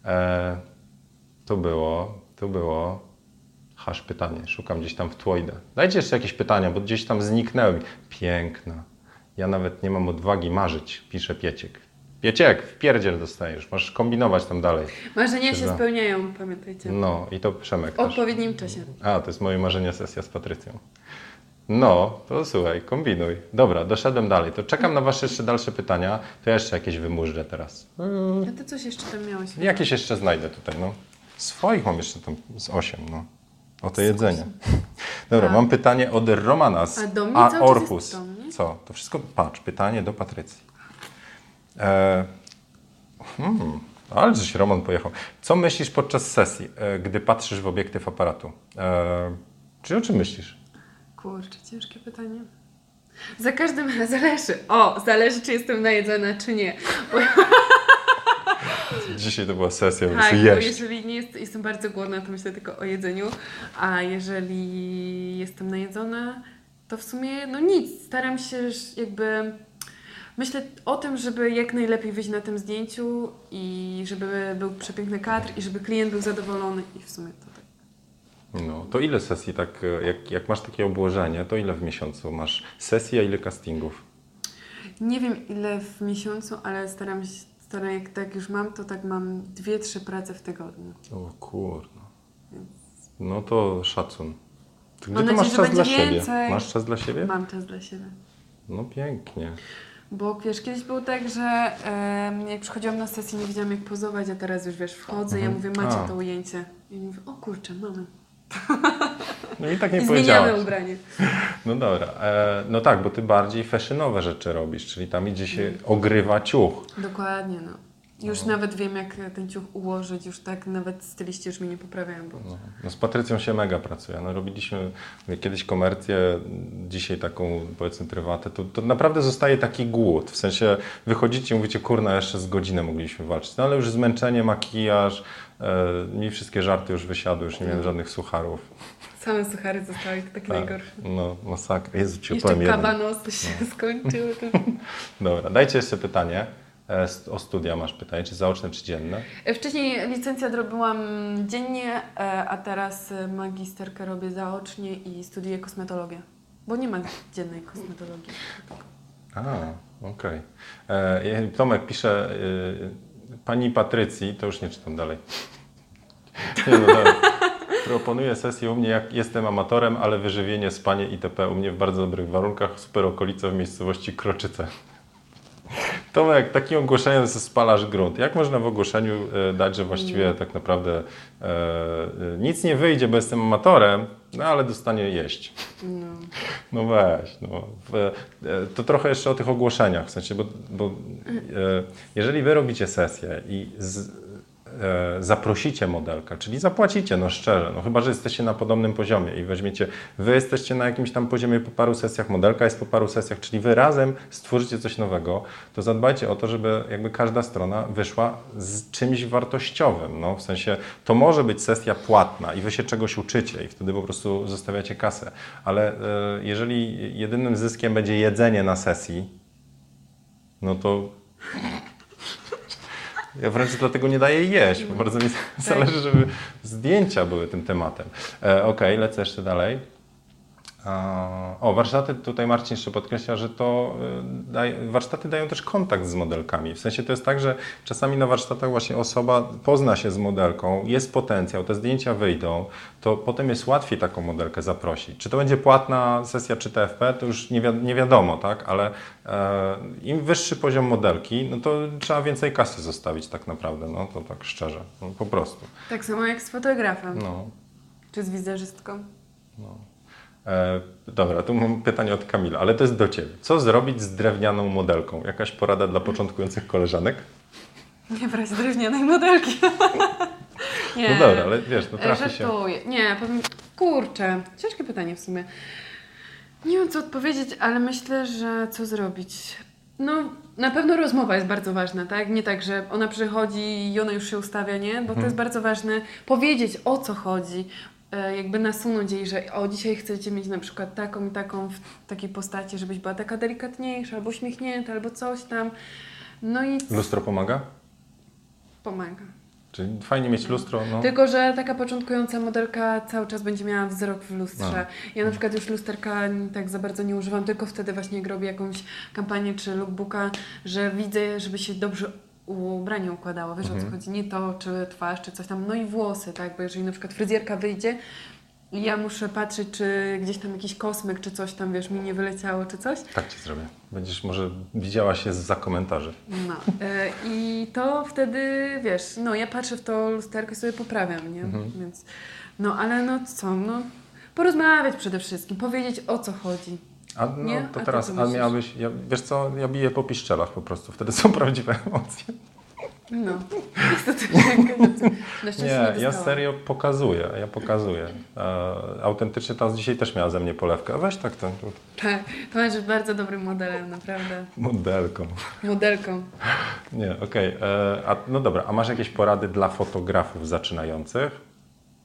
To było. Hasz pytanie. Szukam gdzieś tam w Twoidę. Dajcie jeszcze jakieś pytania, bo gdzieś tam zniknęły. Piękna. Ja nawet nie mam odwagi marzyć, pisze Pieciek. Pieciek, w pierdziel dostajesz. Możesz kombinować tam dalej. Marzenia się spełniają, pamiętajcie. No i to Przemek. W odpowiednim czasie. To jest moje marzenie sesja z Patrycją. No, to słuchaj, kombinuj. Dobra, doszedłem dalej. To czekam na Wasze jeszcze dalsze pytania. To ja jeszcze jakieś wymurzę teraz. A Ty coś jeszcze tam miałeś? Jakieś jeszcze znajdę tutaj, no. Swoich mam jeszcze tam z 8, no. O to jedzenie. Dobra, mam pytanie od Romana z Orhus. Co? To wszystko, patrz, pytanie do Patrycji. Ale żeś Roman pojechał. Co myślisz podczas sesji, gdy patrzysz w obiektyw aparatu? Czy o czym myślisz? Kurczę, ciężkie pytanie. Za każdym razem zależy, czy jestem najedzona, czy nie. Dzisiaj to była sesja, tak, jeść. Bo jeżeli nie jestem bardzo głodna, to myślę tylko o jedzeniu, a jeżeli jestem najedzona, to w sumie no nic. Staram się jakby... Myślę o tym, żeby jak najlepiej wyjść na tym zdjęciu i żeby był przepiękny kadr i żeby klient był zadowolony i w sumie to tak. No, to ile sesji, tak, jak masz takie obłożenie, to ile w miesiącu masz sesji, a ile castingów? Nie wiem ile w miesiącu, ale staram się, jak tak już mam, to tak mam 2-3 prace w tygodniu. O kurno. No to szacun. To Mam gdzie ty nadzieję, masz że czas dla będzie siebie? więcej. Masz czas dla siebie? Mam czas dla siebie. No pięknie. Bo wiesz, kiedyś było tak, że jak przychodziłam na sesję, nie wiedziałam jak pozować, a teraz już wiesz, wchodzę i ja mówię, macie to ujęcie. I mówię, o kurczę, mamy. No i tak nie I powiedziałaś. zmieniamy ubranie. No dobra. No tak, bo ty bardziej fashionowe rzeczy robisz, czyli tam idzie się ogrywa ciuch. Dokładnie, no. Już nawet wiem, jak ten ciuch ułożyć, już tak nawet styliści już mnie nie poprawiają. Bo... No, z Patrycją się mega pracuje. No, robiliśmy kiedyś komercję, dzisiaj taką powiedzmy prywatę, to naprawdę zostaje taki głód. W sensie wychodzicie i mówicie, kurna, jeszcze z godzinę mogliśmy walczyć. No ale już zmęczenie, makijaż, mi wszystkie żarty już wysiadły, już nie miałem żadnych sucharów. Same suchary zostały takie najgorsze. No, masakra. Jezu, ci Jeszcze opowiem kabanosy się skończyły. Dobra, dajcie jeszcze pytanie. O studia masz pytanie, czy zaoczne, czy dzienne? Wcześniej licencjat robiłam dziennie, a teraz magisterkę robię zaocznie i studiuję kosmetologię. Bo nie ma dziennej kosmetologii. Okej. Tomek pisze, pani Patrycji, to już nie czytam dalej. Nie, no dalej. Proponuję sesję u mnie, jak jestem amatorem, ale wyżywienie, spanie itp. U mnie w bardzo dobrych warunkach, super okolica w miejscowości Kroczyce. Tomek, takim ogłoszeniem spalasz grunt. Jak można w ogłoszeniu dać, że właściwie tak naprawdę nic nie wyjdzie, bo jestem amatorem, no ale dostanie jeść. No weź. No. To trochę jeszcze o tych ogłoszeniach. W sensie, bo jeżeli wy robicie sesję i zaprosicie modelkę, czyli zapłacicie, no szczerze, no chyba, że jesteście na podobnym poziomie i weźmiecie, wy jesteście na jakimś tam poziomie po paru sesjach, modelka jest po paru sesjach, czyli wy razem stworzycie coś nowego, to zadbajcie o to, żeby jakby każda strona wyszła z czymś wartościowym, no w sensie, to może być sesja płatna i wy się czegoś uczycie i wtedy po prostu zostawiacie kasę, ale jeżeli jedynym zyskiem będzie jedzenie na sesji, no to ja wręcz dlatego nie daję jeść, bo bardzo mi zależy, żeby zdjęcia były tym tematem. Okej, lecę jeszcze dalej. Warsztaty, tutaj Marcin jeszcze podkreśla, że to warsztaty dają też kontakt z modelkami. W sensie to jest tak, że czasami na warsztatach właśnie osoba pozna się z modelką, jest potencjał, te zdjęcia wyjdą, to potem jest łatwiej taką modelkę zaprosić. Czy to będzie płatna sesja, czy TFP, to już nie wiadomo, tak? Ale im wyższy poziom modelki, no to trzeba więcej kasy zostawić tak naprawdę, no to tak szczerze, no, po prostu. Tak samo jak z fotografem. No. Czy z wizerzystką. Dobra, tu mam pytanie od Kamila, ale to jest do Ciebie. Co zrobić z drewnianą modelką? Jakaś porada dla początkujących koleżanek? Nie brać drewnianej modelki. Nie. No dobra, ale wiesz, no trafi się. Żartuję. Nie, powiem, kurczę, ciężkie pytanie w sumie. Nie wiem co odpowiedzieć, ale myślę, że co zrobić? No, na pewno rozmowa jest bardzo ważna, tak? Nie tak, że ona przychodzi i ona już się ustawia, nie? Bo to jest bardzo ważne powiedzieć, o co chodzi. Jakby nasunąć jej, że dzisiaj chcecie mieć na przykład taką i taką w takiej postaci, żebyś była taka delikatniejsza, albo uśmiechnięta, albo coś tam. No i... Lustro pomaga? Pomaga. Czyli fajnie mieć lustro, no. Tylko, że taka początkująca modelka cały czas będzie miała wzrok w lustrze. Ja na przykład już lusterka tak za bardzo nie używam, tylko wtedy właśnie jak robię jakąś kampanię czy lookbooka, że widzę, żeby się dobrze ubranie układało. Wiesz o co chodzi? Nie to, czy twarz, czy coś tam. No i włosy, tak? Bo jeżeli na przykład fryzjerka wyjdzie i ja muszę patrzeć, czy gdzieś tam jakiś kosmyk, czy coś tam, wiesz, mi nie wyleciało, czy coś. Tak Ci zrobię. Będziesz może widziała się zza komentarzy. No. I to wtedy, wiesz, no ja patrzę w to lusterko i sobie poprawiam, nie? Więc, no ale no co, no porozmawiać przede wszystkim, powiedzieć o co chodzi. A no Nie? to A teraz, ty co a myślisz? miałabyś, wiesz co, ja biję po piszczelach po prostu, wtedy są prawdziwe emocje. No. Niestety, na szczęście Nie, ja dostałam. serio pokazuję. Autentycznie ta dzisiaj też miała ze mnie polewkę. A weź tak ten Tak, to jest bardzo dobrym modelem, naprawdę. modelką. Modelką. Nie, okej. No dobra, a masz jakieś porady dla fotografów zaczynających?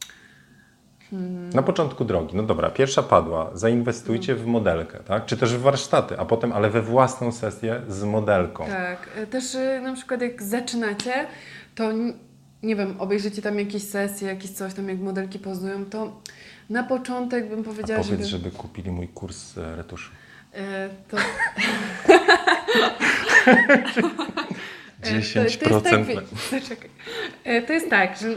Na początku drogi, no dobra, pierwsza padła, zainwestujcie w modelkę, tak? Czy też w warsztaty, a potem, ale we własną sesję z modelką. Tak, też na przykład jak zaczynacie, to nie wiem, obejrzycie tam jakieś sesje, jakieś coś tam, jak modelki pozują, to na początek bym powiedziała, Powiedz, żeby kupili mój kurs retuszu. To... 10%. To jest tak, że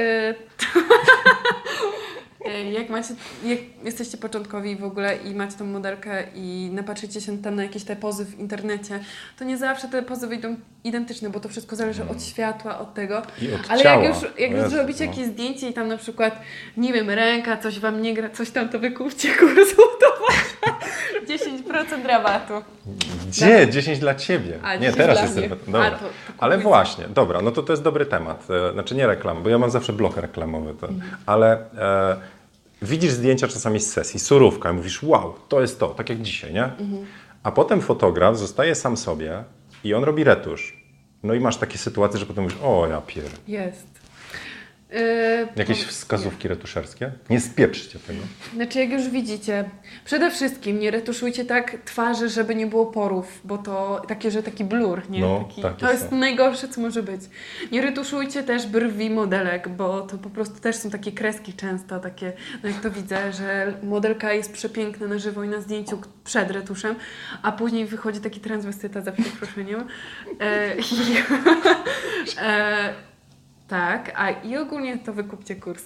jak jesteście początkowi w ogóle i macie tą modelkę i napatrzycie się tam na jakieś te pozy w internecie, to nie zawsze te pozy wyjdą identyczne, bo to wszystko zależy od światła, od tego. I od ale ciała. jak już zrobicie jakieś zdjęcie i tam na przykład, nie wiem, ręka, coś wam nie gra, coś tam, to wykupcie kursu, to macie 10% rabatu. Gdzie? 10 dla Ciebie. Nie, teraz jest... Dobra. Ale właśnie, dobra, no to jest dobry temat. Znaczy nie reklam, bo ja mam zawsze blok reklamowy. Ale widzisz zdjęcia czasami z sesji, surówka i mówisz, wow, to jest to, tak jak dzisiaj, nie? A potem fotograf zostaje sam sobie i on robi retusz. No i masz takie sytuacje, że potem mówisz, o ja pier... Jest. Jakieś wskazówki retuszerskie? Nie spieprzcie tego. Znaczy jak już widzicie, przede wszystkim nie retuszujcie tak twarzy, żeby nie było porów, bo to takie, że taki blur, nie? No, tak to jest najgorsze, co może być. Nie retuszujcie też brwi modelek, bo to po prostu też są takie kreski często, takie, no jak to widzę, że modelka jest przepiękna na żywo i na zdjęciu przed retuszem, a później wychodzi taki transwestyta za przeproszeniem. Tak, i ogólnie to wykupcie kurs.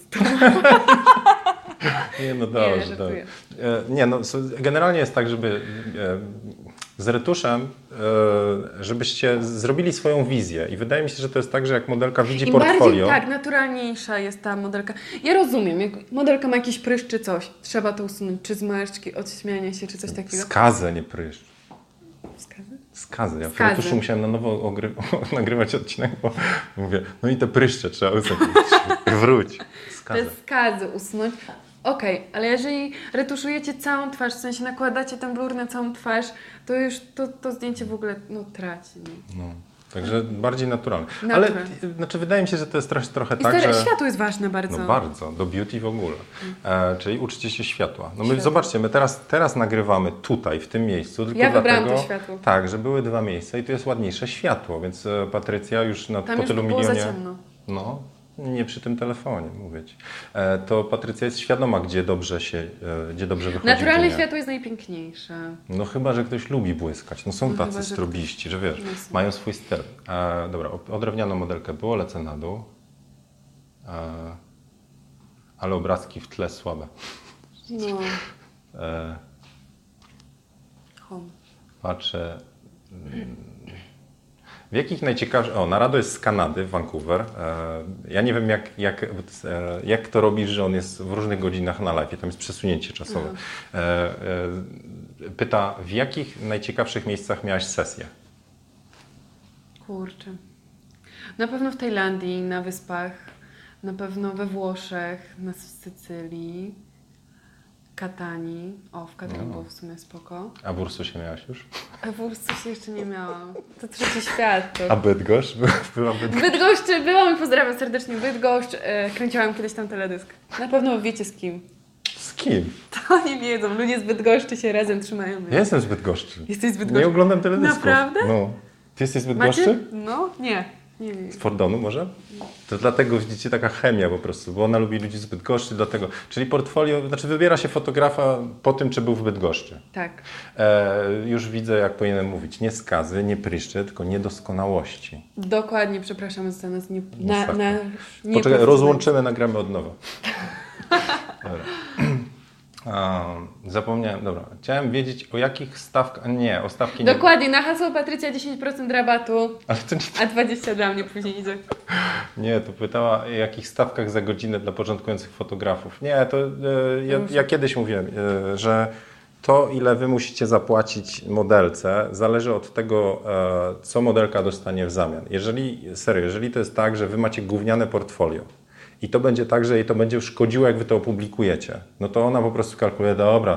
Nie, no dobrze. Nie, no generalnie jest tak, żeby z retuszem, żebyście zrobili swoją wizję i wydaje mi się, że to jest tak, że jak modelka widzi portfolio... Bardziej, tak, naturalniejsza jest ta modelka. Ja rozumiem, jak modelka ma jakiś pryszcz czy coś, trzeba to usunąć, czy zmarszczki, odśmiania się, czy coś takiego. Skazę, nie pryszcz. Skazy? Ja w retuszu musiałem na nowo nagrywać odcinek, bo mówię, no i te pryszcze trzeba usunąć. Wróć. Te skazy usunąć. Okej, ale jeżeli retuszujecie całą twarz, w sensie nakładacie ten blur na całą twarz, to już to zdjęcie w ogóle traci. No. Także bardziej naturalne. Ale znaczy, wydaje mi się, że to jest trochę tak, że... Światło jest ważne bardzo. No bardzo, do beauty w ogóle. Czyli uczcie się światła. No my zobaczcie, my teraz nagrywamy tutaj, w tym miejscu. Tylko ja wybrałam dlatego, to światło. Tak, że były dwa miejsca i tu jest ładniejsze światło, więc Patrycja już po tylu było milionie... za ciemno. No, nie przy tym telefonie, mówię ci. To Patrycja jest świadoma, gdzie dobrze wychodzi. Naturalne światło jest najpiękniejsze. No chyba, że ktoś lubi błyskać. No są tacy strobiści, że wiesz, mają swój styl. Dobra, o drewnianą modelkę było, lecę na dół. Ale obrazki w tle słabe. No. Patrzę... W jakich najciekawszych... Narado jest z Kanady, Vancouver. Ja nie wiem, jak to robisz, że on jest w różnych godzinach na live. Tam jest przesunięcie czasowe. Pyta, w jakich najciekawszych miejscach miałaś sesję? Kurczę. Na pewno w Tajlandii, na wyspach. Na pewno we Włoszech, na Sycylii. Katani. W Katani było w sumie spoko. A w Ursusie miałaś już? A w Ursusie jeszcze nie miałam. To trzeci świat. A Bydgoszcz? Była Bydgoszcz? Bydgoszcz byłam i pozdrawiam serdecznie Bydgoszcz. Kręciłam kiedyś tam teledysk. Na pewno wiecie z kim. Z kim? To nie wiedzą. Ludzie z Bydgoszczy się razem trzymają. Ja jestem z Bydgoszczy. Jesteś z Bydgoszczy? Nie oglądam teledysków. Naprawdę? No. Ty jesteś z Bydgoszczy? Macie? No, nie. Z Fordonu może? To dlatego widzicie taka chemia po prostu, bo ona lubi ludzi z Bydgoszczy, dlatego. Czyli portfolio, znaczy wybiera się fotografa po tym, czy był w Bydgoszczy. Tak. Już widzę, jak powinienem mówić, nie skazy, nie pryszcze, tylko niedoskonałości. Dokładnie, przepraszamy za nas nie... Poczekaj, rozłączymy, nagramy od nowa. Dobra. Zapomniałem, dobra. Chciałem wiedzieć, o jakich stawkach... Nie, o stawki nie... Dokładnie, na hasło Patrycja 10% rabatu, Ale to nie... a 20 dla mnie później idzie. Nie, to pytała, o jakich stawkach za godzinę dla początkujących fotografów. Nie, to ja kiedyś mówiłem, że to, ile wy musicie zapłacić modelce, zależy od tego, co modelka dostanie w zamian. Jeżeli to jest tak, że wy macie gówniane portfolio, i to będzie tak, że jej to będzie szkodziło, jak wy to opublikujecie. No to ona po prostu kalkuluje, dobra,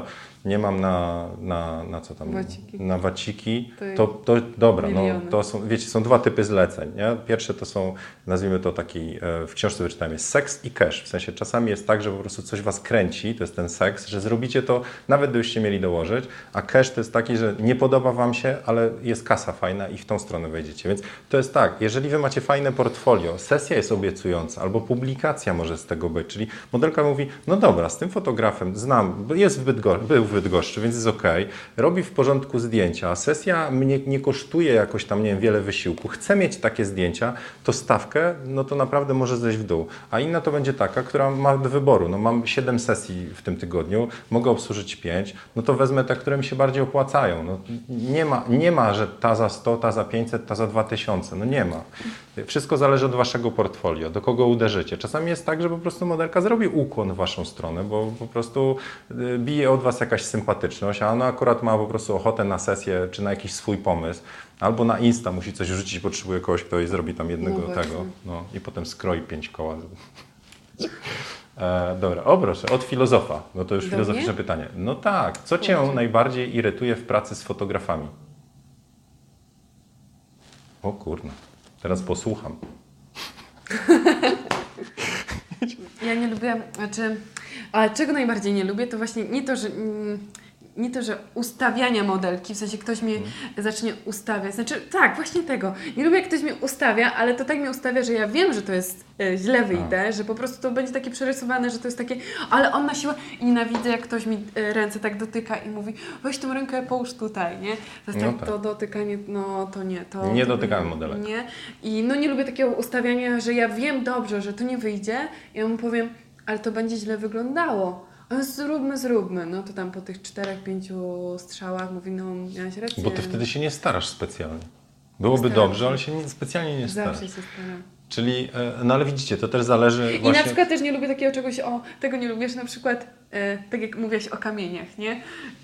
nie mam na co tam, Waciki. na waciki, To to dobra, no miliony. to są, wiecie, są dwa typy zleceń, nie? Pierwsze to są, nazwijmy to taki, w książce wyczytałem, jest seks i cash, w sensie czasami jest tak, że po prostu coś was kręci, to jest ten seks, że zrobicie to, nawet gdybyście mieli dołożyć, a cash to jest taki, że nie podoba wam się, ale jest kasa fajna i w tą stronę wejdziecie, więc to jest tak, jeżeli wy macie fajne portfolio, sesja jest obiecująca, albo publikacja może z tego być, czyli modelka mówi, no dobra, z tym fotografem znam, jest był w Bydgoszczy, więc jest okej, robi w porządku zdjęcia, sesja mnie nie kosztuje jakoś tam, nie wiem, wiele wysiłku, chcę mieć takie zdjęcia, to stawkę, no to naprawdę może zejść w dół, a inna to będzie taka, która ma do wyboru, no mam 7 sesji w tym tygodniu, mogę obsłużyć 5, no to wezmę te, które mi się bardziej opłacają, no nie ma, że ta za 100, ta za 500, ta za 2000, no nie ma. Wszystko zależy od waszego portfolio, do kogo uderzycie. Czasami jest tak, że po prostu modelka zrobi ukłon w waszą stronę, bo po prostu bije od was jakaś sympatyczność, a ona akurat ma po prostu ochotę na sesję, czy na jakiś swój pomysł, albo na Insta musi coś rzucić, potrzebuje kogoś, kto jej zrobi tam jednego tego, no i potem skroi 5 koła. Dobra, o proszę, od filozofa, no to już Do filozoficzne mnie? pytanie. No tak, co cię najbardziej irytuje w pracy z fotografami? O kurna, teraz posłucham. Ja nie lubię, ale czego najbardziej nie lubię, to właśnie nie to, że ustawiania modelki, w sensie ktoś mnie zacznie ustawiać, znaczy tak, właśnie tego. Nie lubię, jak ktoś mnie ustawia, ale to tak mnie ustawia, że ja wiem, że to jest źle wyjdę, że po prostu to będzie takie przerysowane, że to jest takie, ale on na siłę i nienawidzę, jak ktoś mi ręce tak dotyka i mówi, weź tą rękę, połóż tutaj, nie? To jest No tak, tak. to dotykanie, no to nie. Nie to dotykamy modelek. Nie. I no nie lubię takiego ustawiania, że ja wiem dobrze, że to nie wyjdzie i ja mu powiem, ale to będzie źle wyglądało. Ale zróbmy. No to tam po tych 4-5 strzałach mówi, no miałaś rację. Bo ty wtedy się nie starasz specjalnie. Byłoby Staram dobrze, się. ale się specjalnie nie starasz. Zawsze się staram. Czyli, no ale widzicie, to też zależy I właśnie... na przykład też nie lubię takiego czegoś, tego nie lubię, że na przykład, tak jak mówiłaś o kamieniach, nie?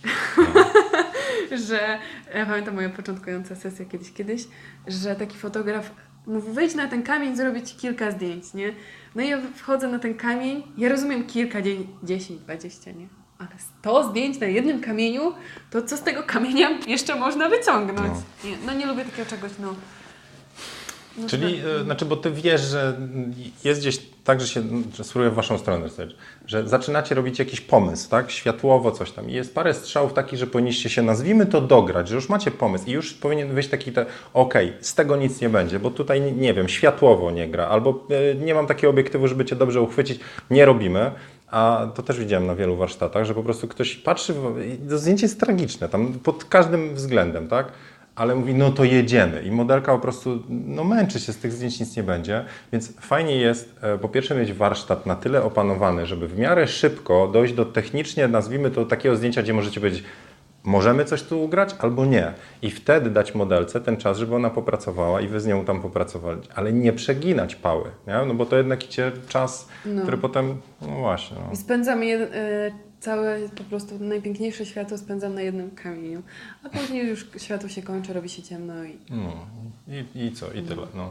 Że, pamiętam moja początkująca sesja kiedyś, że taki fotograf mówi, wejdź na ten kamień, zrobić kilka zdjęć, nie? No i ja wchodzę na ten kamień, ja rozumiem kilka, 10, 20, nie? Ale 100 zdjęć na jednym kamieniu, to co z tego kamienia jeszcze można wyciągnąć? Nie lubię takiego czegoś, no. Czyli, znaczy, bo ty wiesz, że jest gdzieś tak, że spróbuję w waszą stronę, że zaczynacie robić jakiś pomysł, tak? Światłowo coś tam. I jest parę strzałów takich, że powinniście się, nazwijmy to, dograć, że już macie pomysł i już powinien wyjść taki, z tego nic nie będzie, bo tutaj, nie wiem, światłowo nie gra, albo nie mam takiego obiektywu, żeby cię dobrze uchwycić, nie robimy. A to też widziałem na wielu warsztatach, że po prostu ktoś patrzy, to zdjęcie jest tragiczne, tam pod każdym względem, tak? Ale mówi, no to jedziemy. I modelka po prostu, no męczy się, z tych zdjęć nic nie będzie. Więc fajnie jest, po pierwsze, mieć warsztat na tyle opanowany, żeby w miarę szybko dojść do technicznie, nazwijmy to, takiego zdjęcia, gdzie możecie powiedzieć, możemy coś tu ugrać albo nie. I wtedy dać modelce ten czas, żeby ona popracowała i wy z nią tam popracowali. Ale nie przeginać pały, nie? No bo to jednak idzie czas, który potem, no właśnie. No. I spędzam całe, po prostu najpiękniejsze światło spędzam na jednym kamieniu. A później już światło się kończy, robi się ciemno i... No i co? I tyle. No.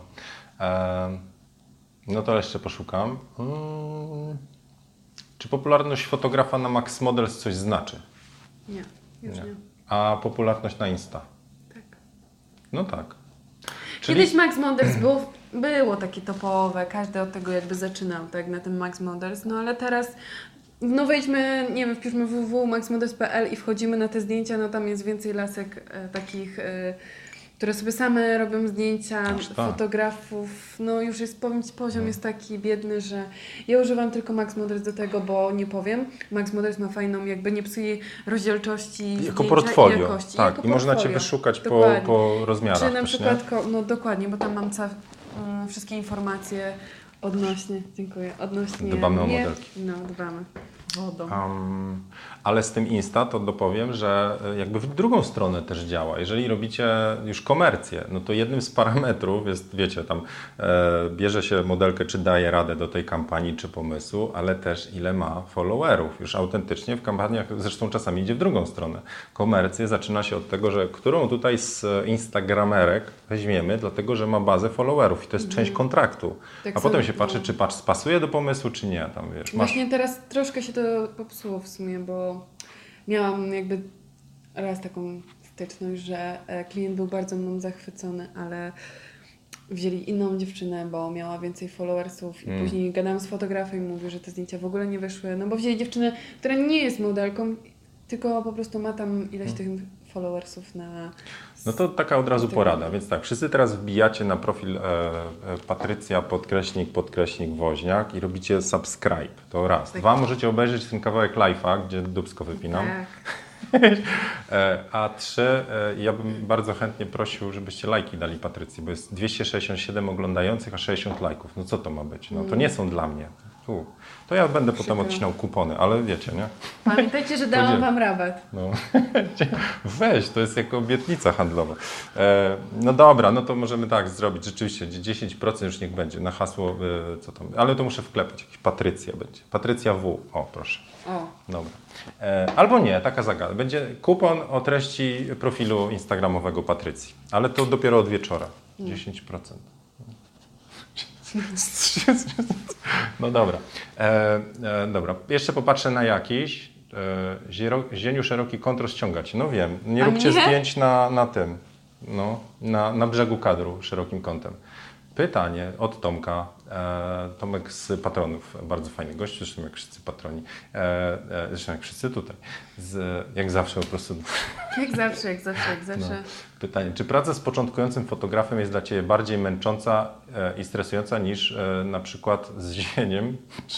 No to jeszcze poszukam. Czy popularność fotografa na Max Models coś znaczy? Nie, już nie. A popularność na Insta? Tak. No tak. Kiedyś Max Models było takie topowe, każdy od tego jakby zaczynał, tak, na tym Max Models, no ale teraz no wejdźmy, nie wiem, wpiszmy www.maxmodels.pl i wchodzimy na te zdjęcia, no tam jest więcej lasek takich, które sobie same robią zdjęcia, fotografów, no już jest, powiem Ci, poziom jest taki biedny, że ja używam tylko Max Models do tego, bo nie powiem, Max Models ma fajną, jakby nie psuje rozdzielczości jako portfolio, i jakości. tak, jako i można Cię portfolio. wyszukać Dokładnie. po rozmiarach. Czy na też, przykład, no dokładnie, bo tam mam wszystkie informacje odnośnie... Dbamy o modelki. No, dbamy. Wodą. Ale z tym Insta to dopowiem, że jakby w drugą stronę też działa. Jeżeli robicie już komercję, no to jednym z parametrów jest, wiecie, tam bierze się modelkę, czy daje radę do tej kampanii, czy pomysłu, ale też ile ma followerów. Już autentycznie w kampaniach, zresztą czasami idzie w drugą stronę. Komercja zaczyna się od tego, że którą tutaj z instagramerek weźmiemy, dlatego że ma bazę followerów i to jest część kontraktu. Tak a potem samo, się patrzy, czy pasuje do pomysłu, czy nie. Tam, wiesz, Właśnie teraz troszkę się to popsuło w sumie, bo miałam jakby raz taką styczność, że klient był bardzo mną zachwycony, ale wzięli inną dziewczynę, bo miała więcej followersów i później gadałam z fotografem i mówił, że te zdjęcia w ogóle nie wyszły, no bo wzięli dziewczynę, która nie jest modelką, tylko po prostu ma tam ileś tych followersów na... No to taka od razu porada, więc tak, wszyscy teraz wbijacie na profil Patrycja __ Woźniak i robicie subscribe, to raz. Dwa, możecie obejrzeć ten kawałek live'a, gdzie dupsko wypinam. Tak. A trzy, ja bym bardzo chętnie prosił, żebyście lajki dali Patrycji, bo jest 267 oglądających, a 60 lajków. No co to ma być? No to nie są dla mnie. To ja będę potem odcinał kupony, ale wiecie, nie? Pamiętajcie, że dałam Wam rabat. No. Weź, to jest jako obietnica handlowa. No dobra, no to możemy tak zrobić. Rzeczywiście, 10% już niech będzie na hasło, co tam, ale to muszę wklepać. Jakiś Patrycja będzie. Patrycja W. O, proszę. O. Dobra. Albo nie, taka zagadka. Będzie kupon o treści profilu instagramowego Patrycji, ale to dopiero od wieczora. 10%. No dobra. Dobra. Jeszcze popatrzę na jakiś. Zieniu szeroki kontrol ściągać. No wiem. Nie róbcie zdjęć na tym. No, na brzegu kadru szerokim kątem. Pytanie od Tomka. Tomek z patronów. Bardzo fajny gość, zresztą jak wszyscy patroni. Zresztą jak wszyscy tutaj. Jak zawsze po prostu. Jak zawsze. No. Pytanie, czy praca z początkującym fotografem jest dla Ciebie bardziej męcząca i stresująca niż na przykład z Zieniem,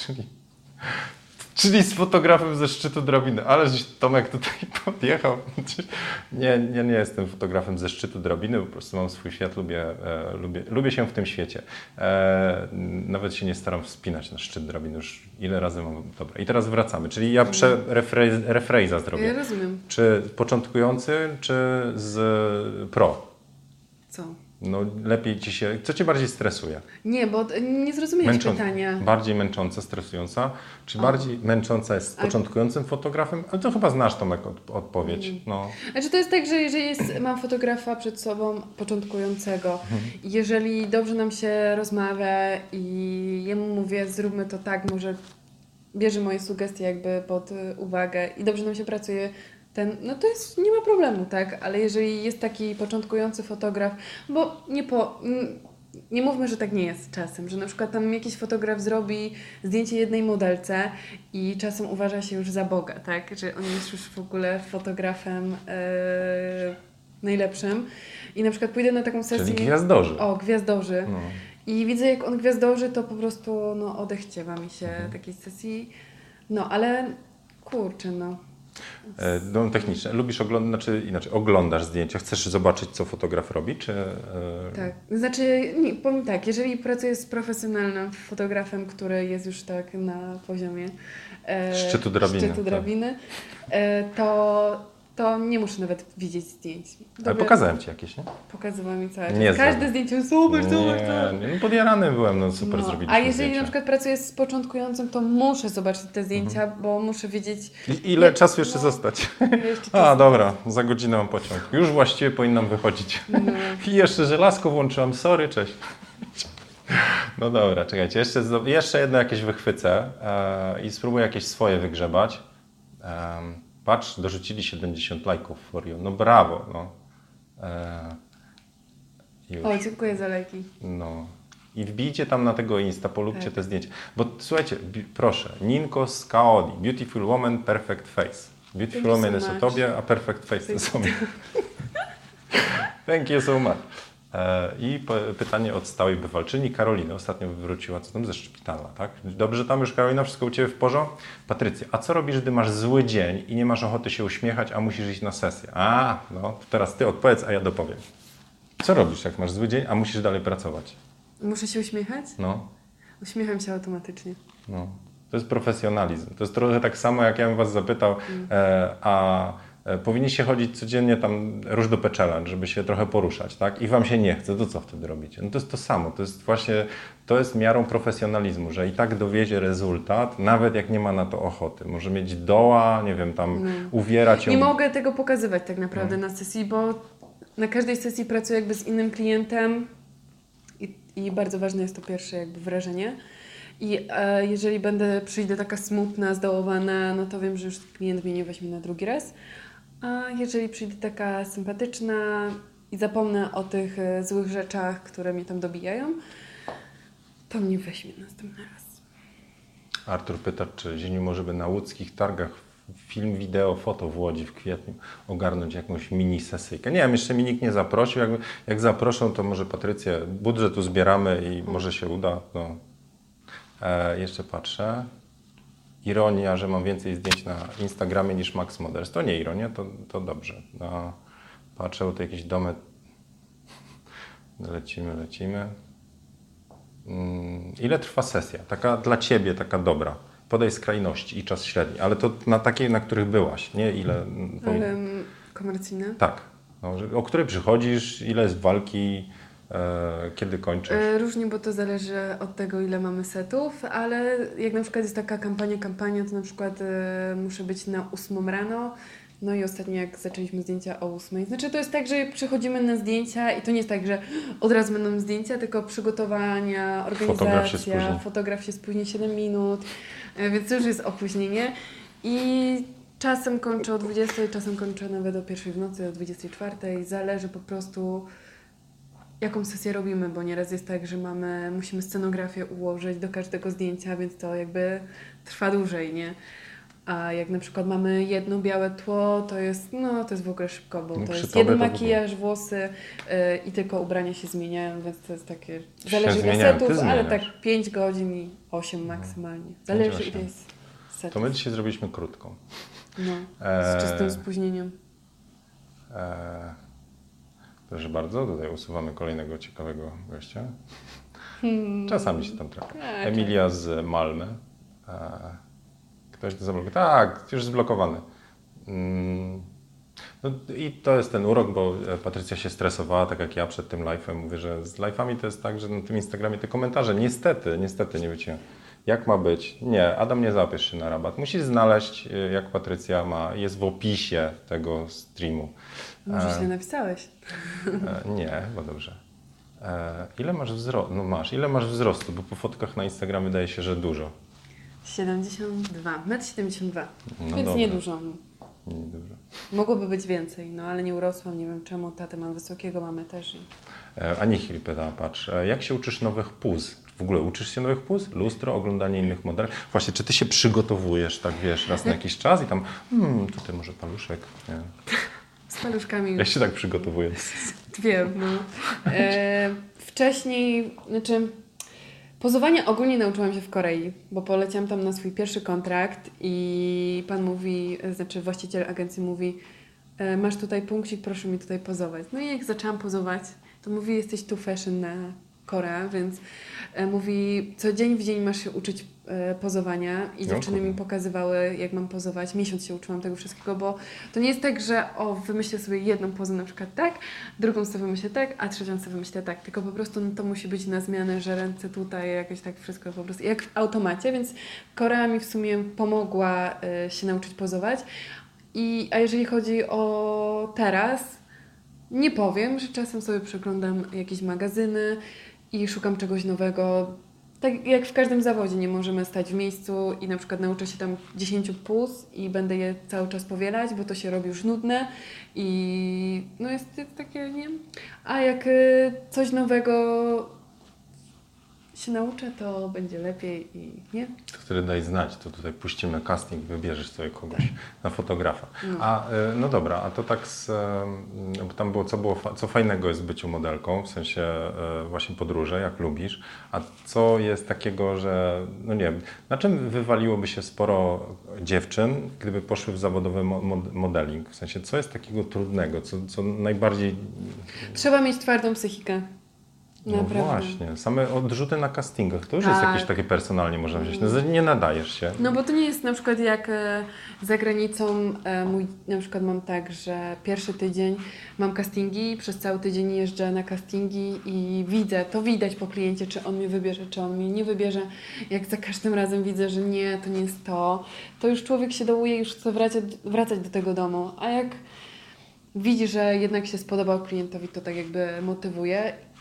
czyli z fotografem ze szczytu drabiny? Ale żeś Tomek tutaj podjechał. Nie jestem fotografem ze szczytu drabiny, po prostu mam swój świat, lubię się w tym świecie. Nawet się nie staram wspinać na szczyt drabiny, już ile razy mam. Dobra, i teraz wracamy, czyli ja refrejza zrobię. Ja rozumiem. Czy początkujący, czy z pro? Co? No lepiej Ci się... Co Cię bardziej stresuje? Nie, bo nie zrozumiałeś pytania. Bardziej męcząca, stresująca? Czy bardziej męcząca jest z początkującym fotografem? Ale to chyba znasz, Tomek, odpowiedź. No. Znaczy to jest tak, że jeżeli mam fotografa przed sobą początkującego, jeżeli dobrze nam się rozmawia i jemu mówię, zróbmy to tak, może bierze moje sugestie jakby pod uwagę i dobrze nam się pracuje, no to jest, nie ma problemu, tak? Ale jeżeli jest taki początkujący fotograf, bo nie mówmy, że tak nie jest czasem, że na przykład tam jakiś fotograf zrobi zdjęcie jednej modelce i czasem uważa się już za Boga, tak? Że on jest już w ogóle fotografem najlepszym i na przykład pójdę na taką sesję... Czyli gwiazdorzy. O, gwiazdorzy. No. I widzę, jak on gwiazdorzy, to po prostu oddech ściewa mi się takiej sesji. No, ale kurczę, no. No, techniczne. Lubisz oglądać, oglądasz zdjęcia, chcesz zobaczyć, co fotograf robi, czy... Tak, znaczy, powiem tak, jeżeli pracuję z profesjonalnym fotografem, który jest już tak na poziomie szczytu drabiny, to nie muszę nawet widzieć zdjęć. Ale pokazałem Ci jakieś, nie? Pokazywałem mi całe. Każde zdjęcie, super. Nie, podjarany byłem, super zrobiliśmy A jeżeli zdjęcia. na przykład pracuję z początkującym, to muszę zobaczyć te zdjęcia, bo muszę wiedzieć... Ile czasu jeszcze zostać? Dobra, za godzinę mam pociąg. Już właściwie powinnam wychodzić. I jeszcze żelazko włączyłam, sorry, cześć. No dobra, czekajcie, jeszcze jedno jakieś wychwycę i spróbuję jakieś swoje wygrzebać. Patrz, dorzucili 70 lajków for you. No brawo, no. Już. O, dziękuję za lajki. No. I wbijcie tam na tego Insta, polubcie te zdjęcia. Bo słuchajcie, proszę, Ninko z Kaoli, Beautiful Woman, Perfect Face. Beautiful Woman jest o Tobie, a Perfect Face jest o mnie. Thank you so much. I pytanie od stałej bywalczyni Karoliny. Ostatnio wróciła co tam ze szpitala, tak? Dobrze tam już, Karolina, wszystko u Ciebie w porządku? Patrycja, a co robisz, gdy masz zły dzień i nie masz ochoty się uśmiechać, a musisz iść na sesję? No teraz Ty odpowiedz, a ja dopowiem. Co robisz, jak masz zły dzień, a musisz dalej pracować? Muszę się uśmiechać? No. Uśmiecham się automatycznie. No. To jest profesjonalizm. To jest trochę tak samo, jak ja bym Was zapytał, powinniście chodzić codziennie tam róż do challenge, żeby się trochę poruszać, tak? I Wam się nie chce, to co wtedy robicie? No to jest to samo, to jest miarą profesjonalizmu, że i tak dowiezie rezultat, nawet jak nie ma na to ochoty. Może mieć doła, nie wiem, tam uwierać ją. Nie mogę tego pokazywać tak naprawdę na sesji, bo na każdej sesji pracuję jakby z innym klientem i bardzo ważne jest to pierwsze jakby wrażenie. I jeżeli przyjdę taka smutna, zdołowana, no to wiem, że już klient mnie nie weźmie na drugi raz. A jeżeli przyjdę taka sympatyczna i zapomnę o tych złych rzeczach, które mnie tam dobijają, to mnie weźmie następny raz. Artur pyta, czy Zieniu może by na łódzkich targach film, wideo, foto w Łodzi w kwietniu ogarnąć jakąś mini sesyjkę. Nie wiem, jeszcze mi nikt nie zaprosił. Jak zaproszą, to może Patrycję, budżet uzbieramy i może się uda. No. Jeszcze patrzę. Ironia, że mam więcej zdjęć na Instagramie niż Max Models. To nie ironia, to dobrze. No, patrzę, tu jakieś domy. Lecimy. Ile trwa sesja? Taka dla Ciebie, taka dobra. Podaj skrajności i czas średni, ale to na takiej, na których byłaś, nie ile... Ale komercyjne? Tak. No, o której przychodzisz, ile jest walki, kiedy kończysz? Różnie, bo to zależy od tego, ile mamy setów, ale jak na przykład jest taka kampania, to na przykład muszę być na 8 rano. No i ostatnio jak zaczęliśmy zdjęcia o 8. Znaczy to jest tak, że przychodzimy na zdjęcia i to nie jest tak, że od razu będą zdjęcia, tylko przygotowania, organizacja, fotograf się spóźni 7 minut, więc to już jest opóźnienie. I czasem kończę o 20, czasem kończę nawet o 1 w nocy, o 24. Zależy po prostu, jaką sesję robimy, bo nieraz jest tak, że musimy scenografię ułożyć do każdego zdjęcia, więc to jakby trwa dłużej, nie? A jak na przykład mamy jedno białe tło, to jest w ogóle szybko, bo to jest jeden makijaż, włosy i tylko ubrania się zmieniają, więc to jest takie... Zależy ile setów, ale tak 5 godzin i 8 maksymalnie. Zależy ile jest setów. To my dzisiaj zrobiliśmy krótką. No, z czystym spóźnieniem. Proszę bardzo, tutaj usuwamy kolejnego ciekawego gościa. Czasami się tam trafia. Emilia z Malmy. Ktoś to zablokował. Tak, już zblokowany. No i to jest ten urok, bo Patrycja się stresowała, tak jak ja przed tym live'em. Mówię, że z live'ami to jest tak, że na tym Instagramie te komentarze niestety nie wiecie, jak ma być. Nie, Adam, nie zapisz się na rabat. Musisz znaleźć, jak Patrycja ma, jest w opisie tego streamu. Może źle napisałeś. Nie, bo dobrze. Ile masz wzrostu? No masz. Ile masz wzrostu? Bo po fotkach na Instagramie wydaje się, że dużo. 72, 1,72 m, no więc dobra. Niedużo. Niedużo. Mogłoby być więcej, no ale nie urosłam, nie wiem czemu, tatę mam wysokiego, mamy też. Anihil pyta, patrz, jak się uczysz nowych póz? W ogóle uczysz się nowych póz? Lustro, oglądanie innych modeli? Właśnie, czy ty się przygotowujesz, tak wiesz, raz na jakiś czas i tam, tutaj może paluszek, nie? Z paluszkami. Ja się tak przygotowuję. Wiem, no. Wcześniej, pozowania ogólnie nauczyłam się w Korei, bo poleciałam tam na swój pierwszy kontrakt i pan mówi, właściciel agencji mówi, masz tutaj punkcik, proszę mi tutaj pozować. No i jak zaczęłam pozować, to mówi, jesteś too fashion na Koreę, więc mówi, co dzień w dzień masz się uczyć pozowania i dziewczyny mi pokazywały, jak mam pozować. Miesiąc się uczyłam tego wszystkiego, bo to nie jest tak, że wymyślę sobie jedną pozę na przykład tak, drugą sobie wymyślę tak, a trzecią sobie wymyślę tak, tylko po prostu to musi być na zmianę, że ręce tutaj, jakoś tak wszystko po prostu, jak w automacie, więc Korea mi w sumie pomogła się nauczyć pozować. A jeżeli chodzi o teraz, nie powiem, że czasem sobie przeglądam jakieś magazyny i szukam czegoś nowego. Tak jak w każdym zawodzie nie możemy stać w miejscu i na przykład nauczę się tam 10 póz i będę je cały czas powielać, bo to się robi już nudne i no jest takie, nie wiem. A jak coś nowego się nauczę, to będzie lepiej i nie? To wtedy daj znać, to tutaj puścimy casting, wybierzesz sobie kogoś na fotografa. No dobra, a to tak bo tam było, co fajnego jest w byciu modelką, w sensie właśnie podróże, jak lubisz, a co jest takiego, że, no nie wiem, na czym wywaliłoby się sporo dziewczyn, gdyby poszły w zawodowy modeling? W sensie, co jest takiego trudnego, co najbardziej... Trzeba mieć twardą psychikę. No naprawdę. właśnie, same odrzuty na castingach, to już jest jakieś takie personalnie można wziąć, no, nie nadajesz się. No bo to nie jest na przykład jak za granicą, na przykład mam tak, że pierwszy tydzień mam castingi, przez cały tydzień jeżdżę na castingi i widać po kliencie, czy on mnie wybierze, czy on mnie nie wybierze. Jak za każdym razem widzę, że nie, to nie jest to już człowiek się dołuje, już chce wracać do tego domu, a jak widzi, że jednak się spodobał klientowi, to tak jakby motywuje.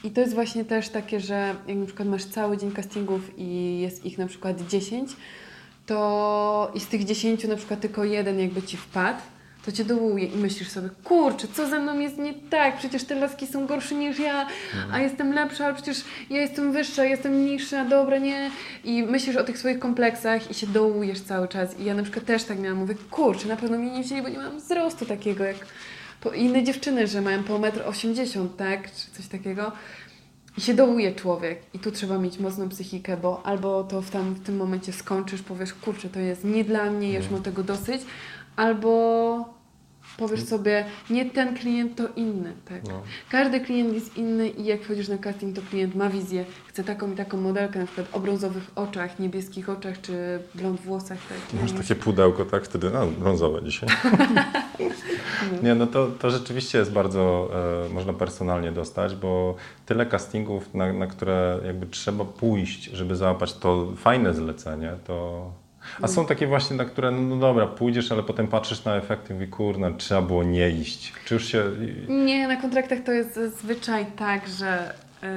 I to jest właśnie też takie, że jak na przykład masz cały dzień castingów i jest ich na przykład 10, to i z tych 10 na przykład tylko jeden jakby ci wpadł, to cię dołuje i myślisz sobie, kurczę, co ze mną jest nie tak, przecież te laski są gorsze niż ja, a jestem lepsza, ale przecież ja jestem wyższa, jestem niższa, dobra, nie? I myślisz o tych swoich kompleksach i się dołujesz cały czas. I ja na przykład też tak miałam, mówię, kurczę, na pewno mnie nie wzięli, bo nie mam wzrostu takiego jak inne dziewczyny, że mają po 1,80 m, tak, czy coś takiego. I się dołuje człowiek i tu trzeba mieć mocną psychikę, bo albo to w tym momencie skończysz, powiesz, kurczę, to jest nie dla mnie, ja już mam tego dosyć, albo powiesz sobie, nie ten klient, to inny. Tak? No. Każdy klient jest inny i jak wchodzisz na casting, to klient ma wizję, chce taką i taką modelkę, na przykład o brązowych oczach, niebieskich oczach, czy blond włosach. Tak? Masz takie pudełko, tak? Wtedy, brązowe dzisiaj. Nie, no to rzeczywiście jest bardzo, można personalnie dostać, bo tyle castingów, na które jakby trzeba pójść, żeby załapać to fajne zlecenie, to... A są takie właśnie, na które, no dobra, pójdziesz, ale potem patrzysz na efekty i mówisz, kurna, trzeba było nie iść. Czy już się... Nie, na kontraktach to jest zazwyczaj tak, że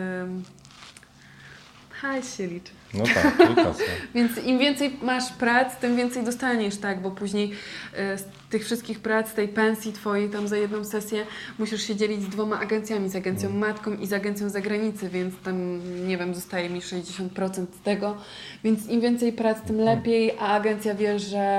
hajs się liczy. No tak, czyli kasa. Więc im więcej masz prac, tym więcej dostaniesz, tak, bo później z tych wszystkich prac, tej pensji twojej tam za jedną sesję musisz się dzielić z 2 agencjami, z agencją matką i z agencją zagranicy, więc tam, nie wiem, zostaje mi 60% tego, więc im więcej prac, tym lepiej, a agencja wie, że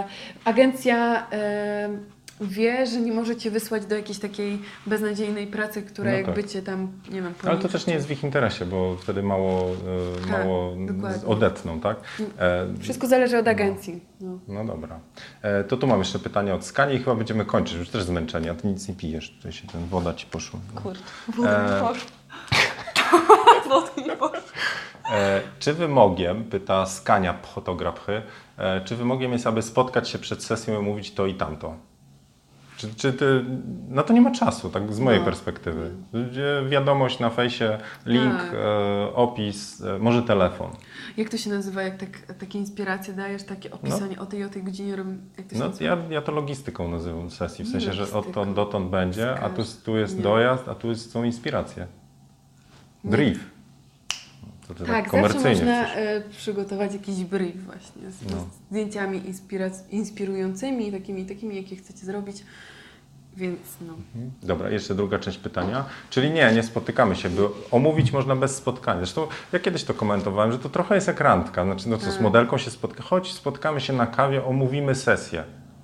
wie, że nie może cię wysłać do jakiejś takiej beznadziejnej pracy, która No jakby tak. cię tam, nie wiem, Ale to też nie jest w ich interesie, bo wtedy mało dokładnie. odetną, tak? Wszystko zależy od agencji. No dobra. To tu mam jeszcze pytanie od Skani i chyba będziemy kończyć, już też zmęczeni, a ty nic nie pijesz, tutaj się woda ci poszła. Kurde, woda mi poszła. Woda mi poszła. Czy wymogiem, pyta Skania fotografy, czy wymogiem jest, aby spotkać się przed sesją i mówić to i tamto? Czy ty, no to nie ma czasu, tak z mojej perspektywy. Wiadomość na fejsie, link, opis, może telefon. Jak to się nazywa, jak takie inspiracje dajesz, takie opisanie o tej godzinie robię, jak to się nazywa? Ja to logistyką nazywam sesji, w sensie, że Logistyką. odtąd dotąd będzie, a tu jest Nie. dojazd, a tu są inspiracje. Brief. To ty Tak, zawsze komercyjnie można chcesz. przygotować jakiś brief właśnie z zdjęciami inspirującymi, takimi, jakie chcecie zrobić, więc no. Dobra, jeszcze druga część pytania. Czyli nie spotykamy się, by omówić można bez spotkania. Zresztą ja kiedyś to komentowałem, że to trochę jest jak randka. Znaczy, no co, z modelką się chodź, spotkamy się na kawie, omówimy sesję.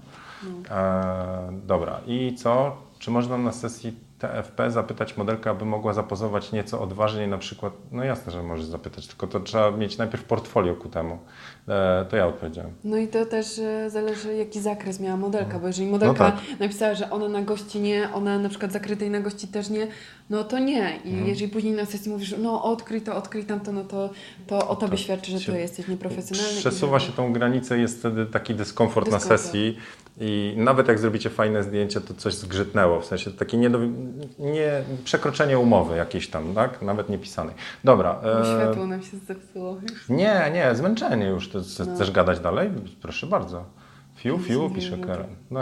Dobra, i co? Czy można na sesji TFP zapytać modelkę, aby mogła zapozować nieco odważniej, na przykład, no jasne, że możesz zapytać, tylko to trzeba mieć najpierw portfolio ku temu. To ja odpowiedziałem. No i to też zależy, jaki zakres miała modelka, bo jeżeli modelka napisała, że ona na gości nie, ona na przykład zakrytej na gości też nie, no to nie. I jeżeli później na sesji mówisz, no odkryj tamto, no to o tobie świadczy, że to jesteś nieprofesjonalny. Przesuwa się tą granicę, jest wtedy taki dyskomfort na sesji i nawet jak zrobicie fajne zdjęcie, to coś zgrzytnęło, w sensie takie przekroczenie umowy jakiejś tam, tak? Nawet niepisanej. Dobra. Światło nam się zepsuło już. Nie, zmęczenie już. Chcesz gadać dalej? Proszę bardzo. Fiu, pisze Karen. No.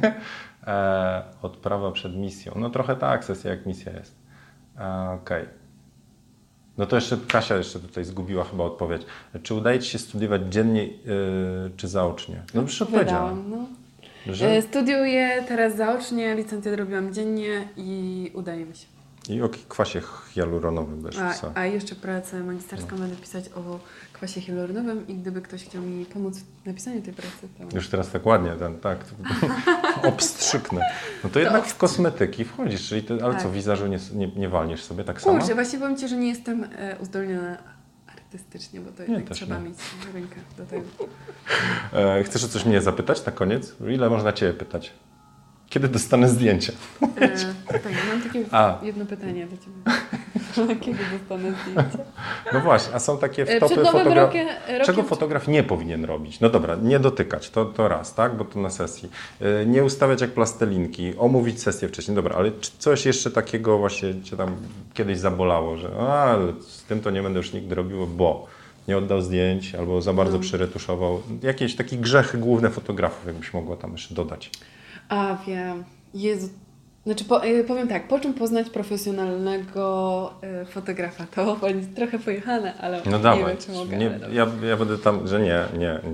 Odprawa przed misją. No trochę tak, sesja jak misja jest. Okej. No to jeszcze Kasia tutaj zgubiła chyba odpowiedź. Czy udaje ci się studiować dziennie czy zaocznie? No już odpowiedziałam. No. Studiuję teraz zaocznie, licencjat robiłam dziennie i udaje mi się. I o kwasie hialuronowym też. A jeszcze pracę magisterską będę pisać o kwasie hialuronowym i gdyby ktoś chciał mi pomóc w napisaniu tej pracy, to... Już teraz tak ładnie, obstrzyknę. No to jednak w kosmetyki wchodzisz, czyli ty, ale co, wizażu nie walniesz sobie tak samo? Kurczę, właśnie powiem Ci, że nie jestem uzdolniona artystycznie, bo to jednak trzeba mieć rękę do tego. Chcesz o coś mnie zapytać na koniec? Ile można Ciebie pytać? Kiedy dostanę zdjęcie? Mam takie jedno pytanie do Ciebie. Kiedy dostanę zdjęcie? No właśnie, a są takie wtopy czego fotograf nie powinien robić? No dobra, nie dotykać, to raz, tak? Bo to na sesji. Nie ustawiać jak plastelinki, omówić sesję wcześniej. Dobra, ale czy coś jeszcze takiego właśnie Cię tam kiedyś zabolało, że z tym to nie będę już nigdy robił, bo nie oddał zdjęć albo za bardzo przyretuszował. Jakieś takie grzechy główne fotografów, jakbyś mogła tam jeszcze dodać. Wiem. Jezu, Znaczy, powiem tak, po czym poznać profesjonalnego fotografa? To będzie trochę pojechane, ale No nie dawaj, wiem, czy mogę. nie, Ale dobra. ja będę tam, że nie.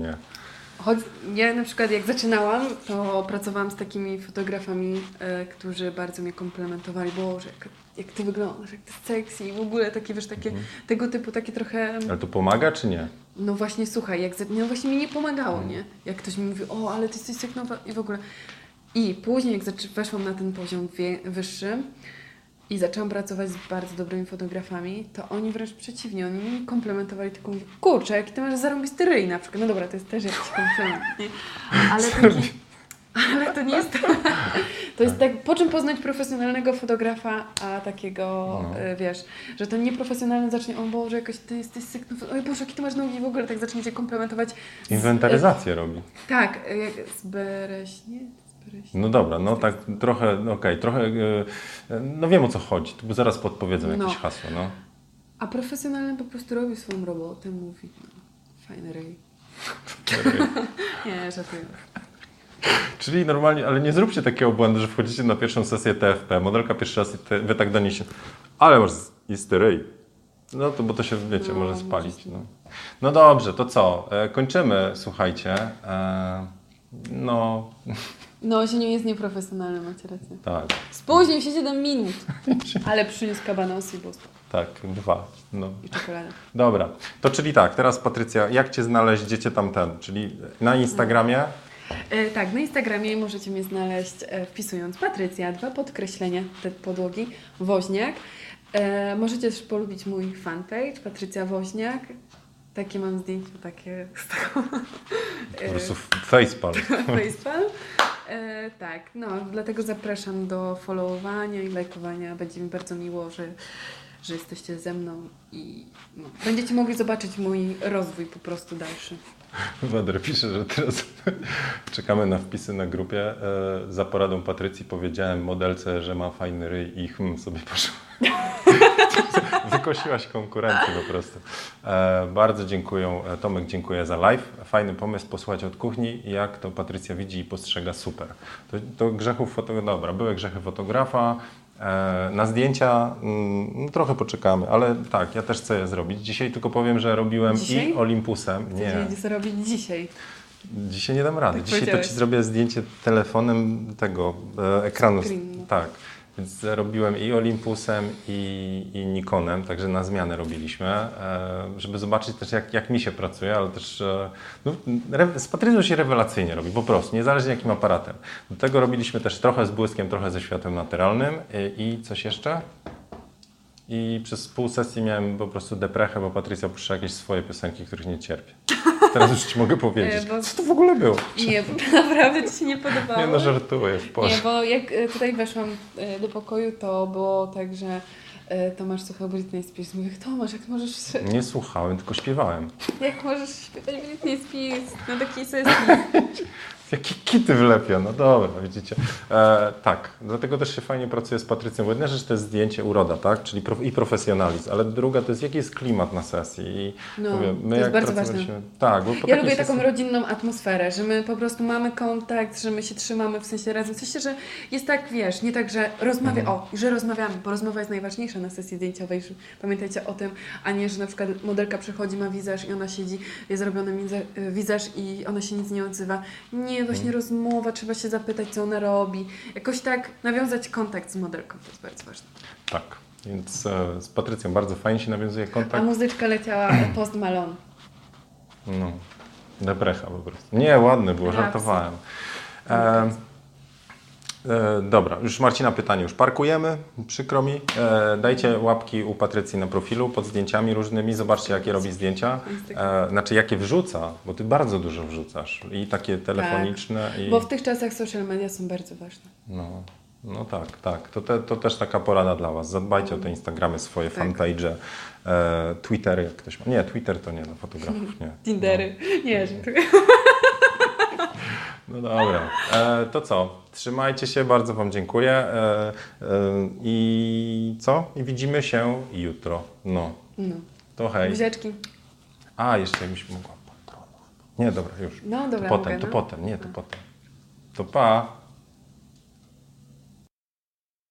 Ja na przykład jak zaczynałam, to pracowałam z takimi fotografami, którzy bardzo mnie komplementowali. Boże, jak ty wyglądasz, jak ty sexy i w ogóle takie, wiesz, takie, tego typu, takie trochę... Ale to pomaga, czy nie? No właśnie, słuchaj, no właśnie mi nie pomagało, nie? Jak ktoś mi mówi, o, ale ty jesteś seknowa i w ogóle... I później, jak weszłam na ten poziom wyższy i zaczęłam pracować z bardzo dobrymi fotografami, to oni wręcz przeciwnie, oni mi komplementowali, tylko mówię, kurczę, jaki ty masz zarąbisty ryj na przykład. No dobra, to jest też jakiś komplement, nie? Ale to nie jest... To jest tak, po czym poznać profesjonalnego fotografa, a takiego, wiesz, że ten nieprofesjonalny zacznie, o Boże, jakoś ty jesteś syknowy, oj Boże, jakie ty masz nogi w ogóle, tak zacznie cię komplementować. Inwentaryzację robi. Tak, zbereśnie. No dobra, no tak trochę, trochę, no wiem o co chodzi, tu zaraz podpowiedzą jakieś hasło, no. A profesjonalny po prostu robi swoją robotę, mówi, no, fajny ryj. Nie, żartuję. Czyli normalnie, ale nie zróbcie takiego błędu, że wchodzicie na pierwszą sesję TFP, modelka pierwszy raz i wy tak do niej się, ale masz isty ryj. No to, bo to się, wiecie, może spalić. No dobrze, to co? Kończymy, słuchajcie. No, się nie jest nieprofesjonalny, macie rację. Tak. Spóźnił się 7 minut, ale przyniósł kabanosy i bosko. Tak, 2. No. I czekoladę. Dobra, to czyli tak, teraz Patrycja, jak Cię znaleźć, gdzie Cię czyli na Instagramie? Tak, na Instagramie możecie mnie znaleźć wpisując Patrycja, 2 podkreślenia, te podłogi, Woźniak. Możecie też polubić mój fanpage, Patrycja Woźniak. Takie mam zdjęcia, takie z tego. Po prostu facepalm. Facepalm. Tak, no dlatego zapraszam do followowania i lajkowania. Będzie mi bardzo miło, że jesteście ze mną i będziecie mogli zobaczyć mój rozwój po prostu dalszy. Wader pisze, że teraz czekamy na wpisy na grupie. Za poradą Patrycji powiedziałem modelce, że ma fajny ryj i sobie poszło. Wykosiłaś konkurencję po prostu. Bardzo dziękuję. Tomek, dziękuję za live. Fajny pomysł posłuchać od kuchni, jak to Patrycja widzi i postrzega, super. To grzechów dobra, były grzechy fotografa. Na zdjęcia trochę poczekamy, ale tak, ja też chcę je zrobić. Dzisiaj tylko powiem, że robiłem i Olympusem. Nie. Co robić dzisiaj? Dzisiaj nie dam rady. Tak dzisiaj to Ci zrobię zdjęcie telefonem tego ekranu. Screen. Tak. Więc robiłem i Olympusem, i Nikonem, także na zmianę robiliśmy, żeby zobaczyć też jak mi się pracuje, ale też z Patrycją się rewelacyjnie robi, po prostu, niezależnie jakim aparatem. Do tego robiliśmy też trochę z błyskiem, trochę ze światłem naturalnym i coś jeszcze? I przez pół sesji miałem po prostu deprechę, bo Patrycja puszcza jakieś swoje piosenki, których nie cierpię. Teraz już Ci mogę powiedzieć. Co to w ogóle było? Nie, bo naprawdę Ci się nie podobało. Nie, no żartuję, w porządku. Nie, bo jak tutaj weszłam do pokoju, to było tak, że Tomasz słuchał Britney Spears. Mówię, Tomasz, jak możesz... Nie słuchałem, tylko śpiewałem. Jak możesz śpiewać Britney Spears na takiej sesji? Jakie kity wlepia, no dobra, widzicie. Tak, dlatego też się fajnie pracuje z Patrycją, bo jedna rzecz to jest zdjęcie, uroda, tak, czyli i profesjonalizm, ale druga to jest jaki jest klimat na sesji. I mówię, my to jak jest bardzo ważne. Tak, bo Ja lubię taką rodzinną atmosferę, że my po prostu mamy kontakt, że my się trzymamy w sensie razem, w sensie, że jest tak, wiesz, nie tak, że że rozmawiamy, bo rozmowa jest najważniejsza na sesji zdjęciowej, pamiętajcie o tym, a nie, że na przykład modelka przychodzi, ma wizaż i ona siedzi, jest zrobiony wizaż i ona się nic nie odzywa. Nie, właśnie rozmowa, trzeba się zapytać, co ona robi. Jakoś tak nawiązać kontakt z modelką, to jest bardzo ważne. Tak, więc z Patrycją bardzo fajnie się nawiązuje kontakt. A muzyczka leciała Post Malone. No, deprecha po prostu. Nie, ładne było, żartowałem. Dobra, już Marcina pytanie już parkujemy, przykro mi. Dajcie łapki u Patrycji na profilu pod zdjęciami różnymi, zobaczcie jakie robi zdjęcia, znaczy jakie wrzuca, bo Ty bardzo dużo wrzucasz i takie telefoniczne. Tak, bo w tych czasach social media są bardzo ważne. No tak. To też taka porada dla Was. Zadbajcie o te Instagramy, swoje fanpage, Twittery, jak ktoś ma. Nie, Twitter to nie dla fotografów, nie. Tindery. Nie, żartuję. No dobra. To co? Trzymajcie się, bardzo Wam dziękuję. I co? I widzimy się jutro. No. To hej. Buziaczki. A, jeszcze jakbyś mogła. Nie, dobra, już. No dobra. To potem. Nie, to potem. To pa.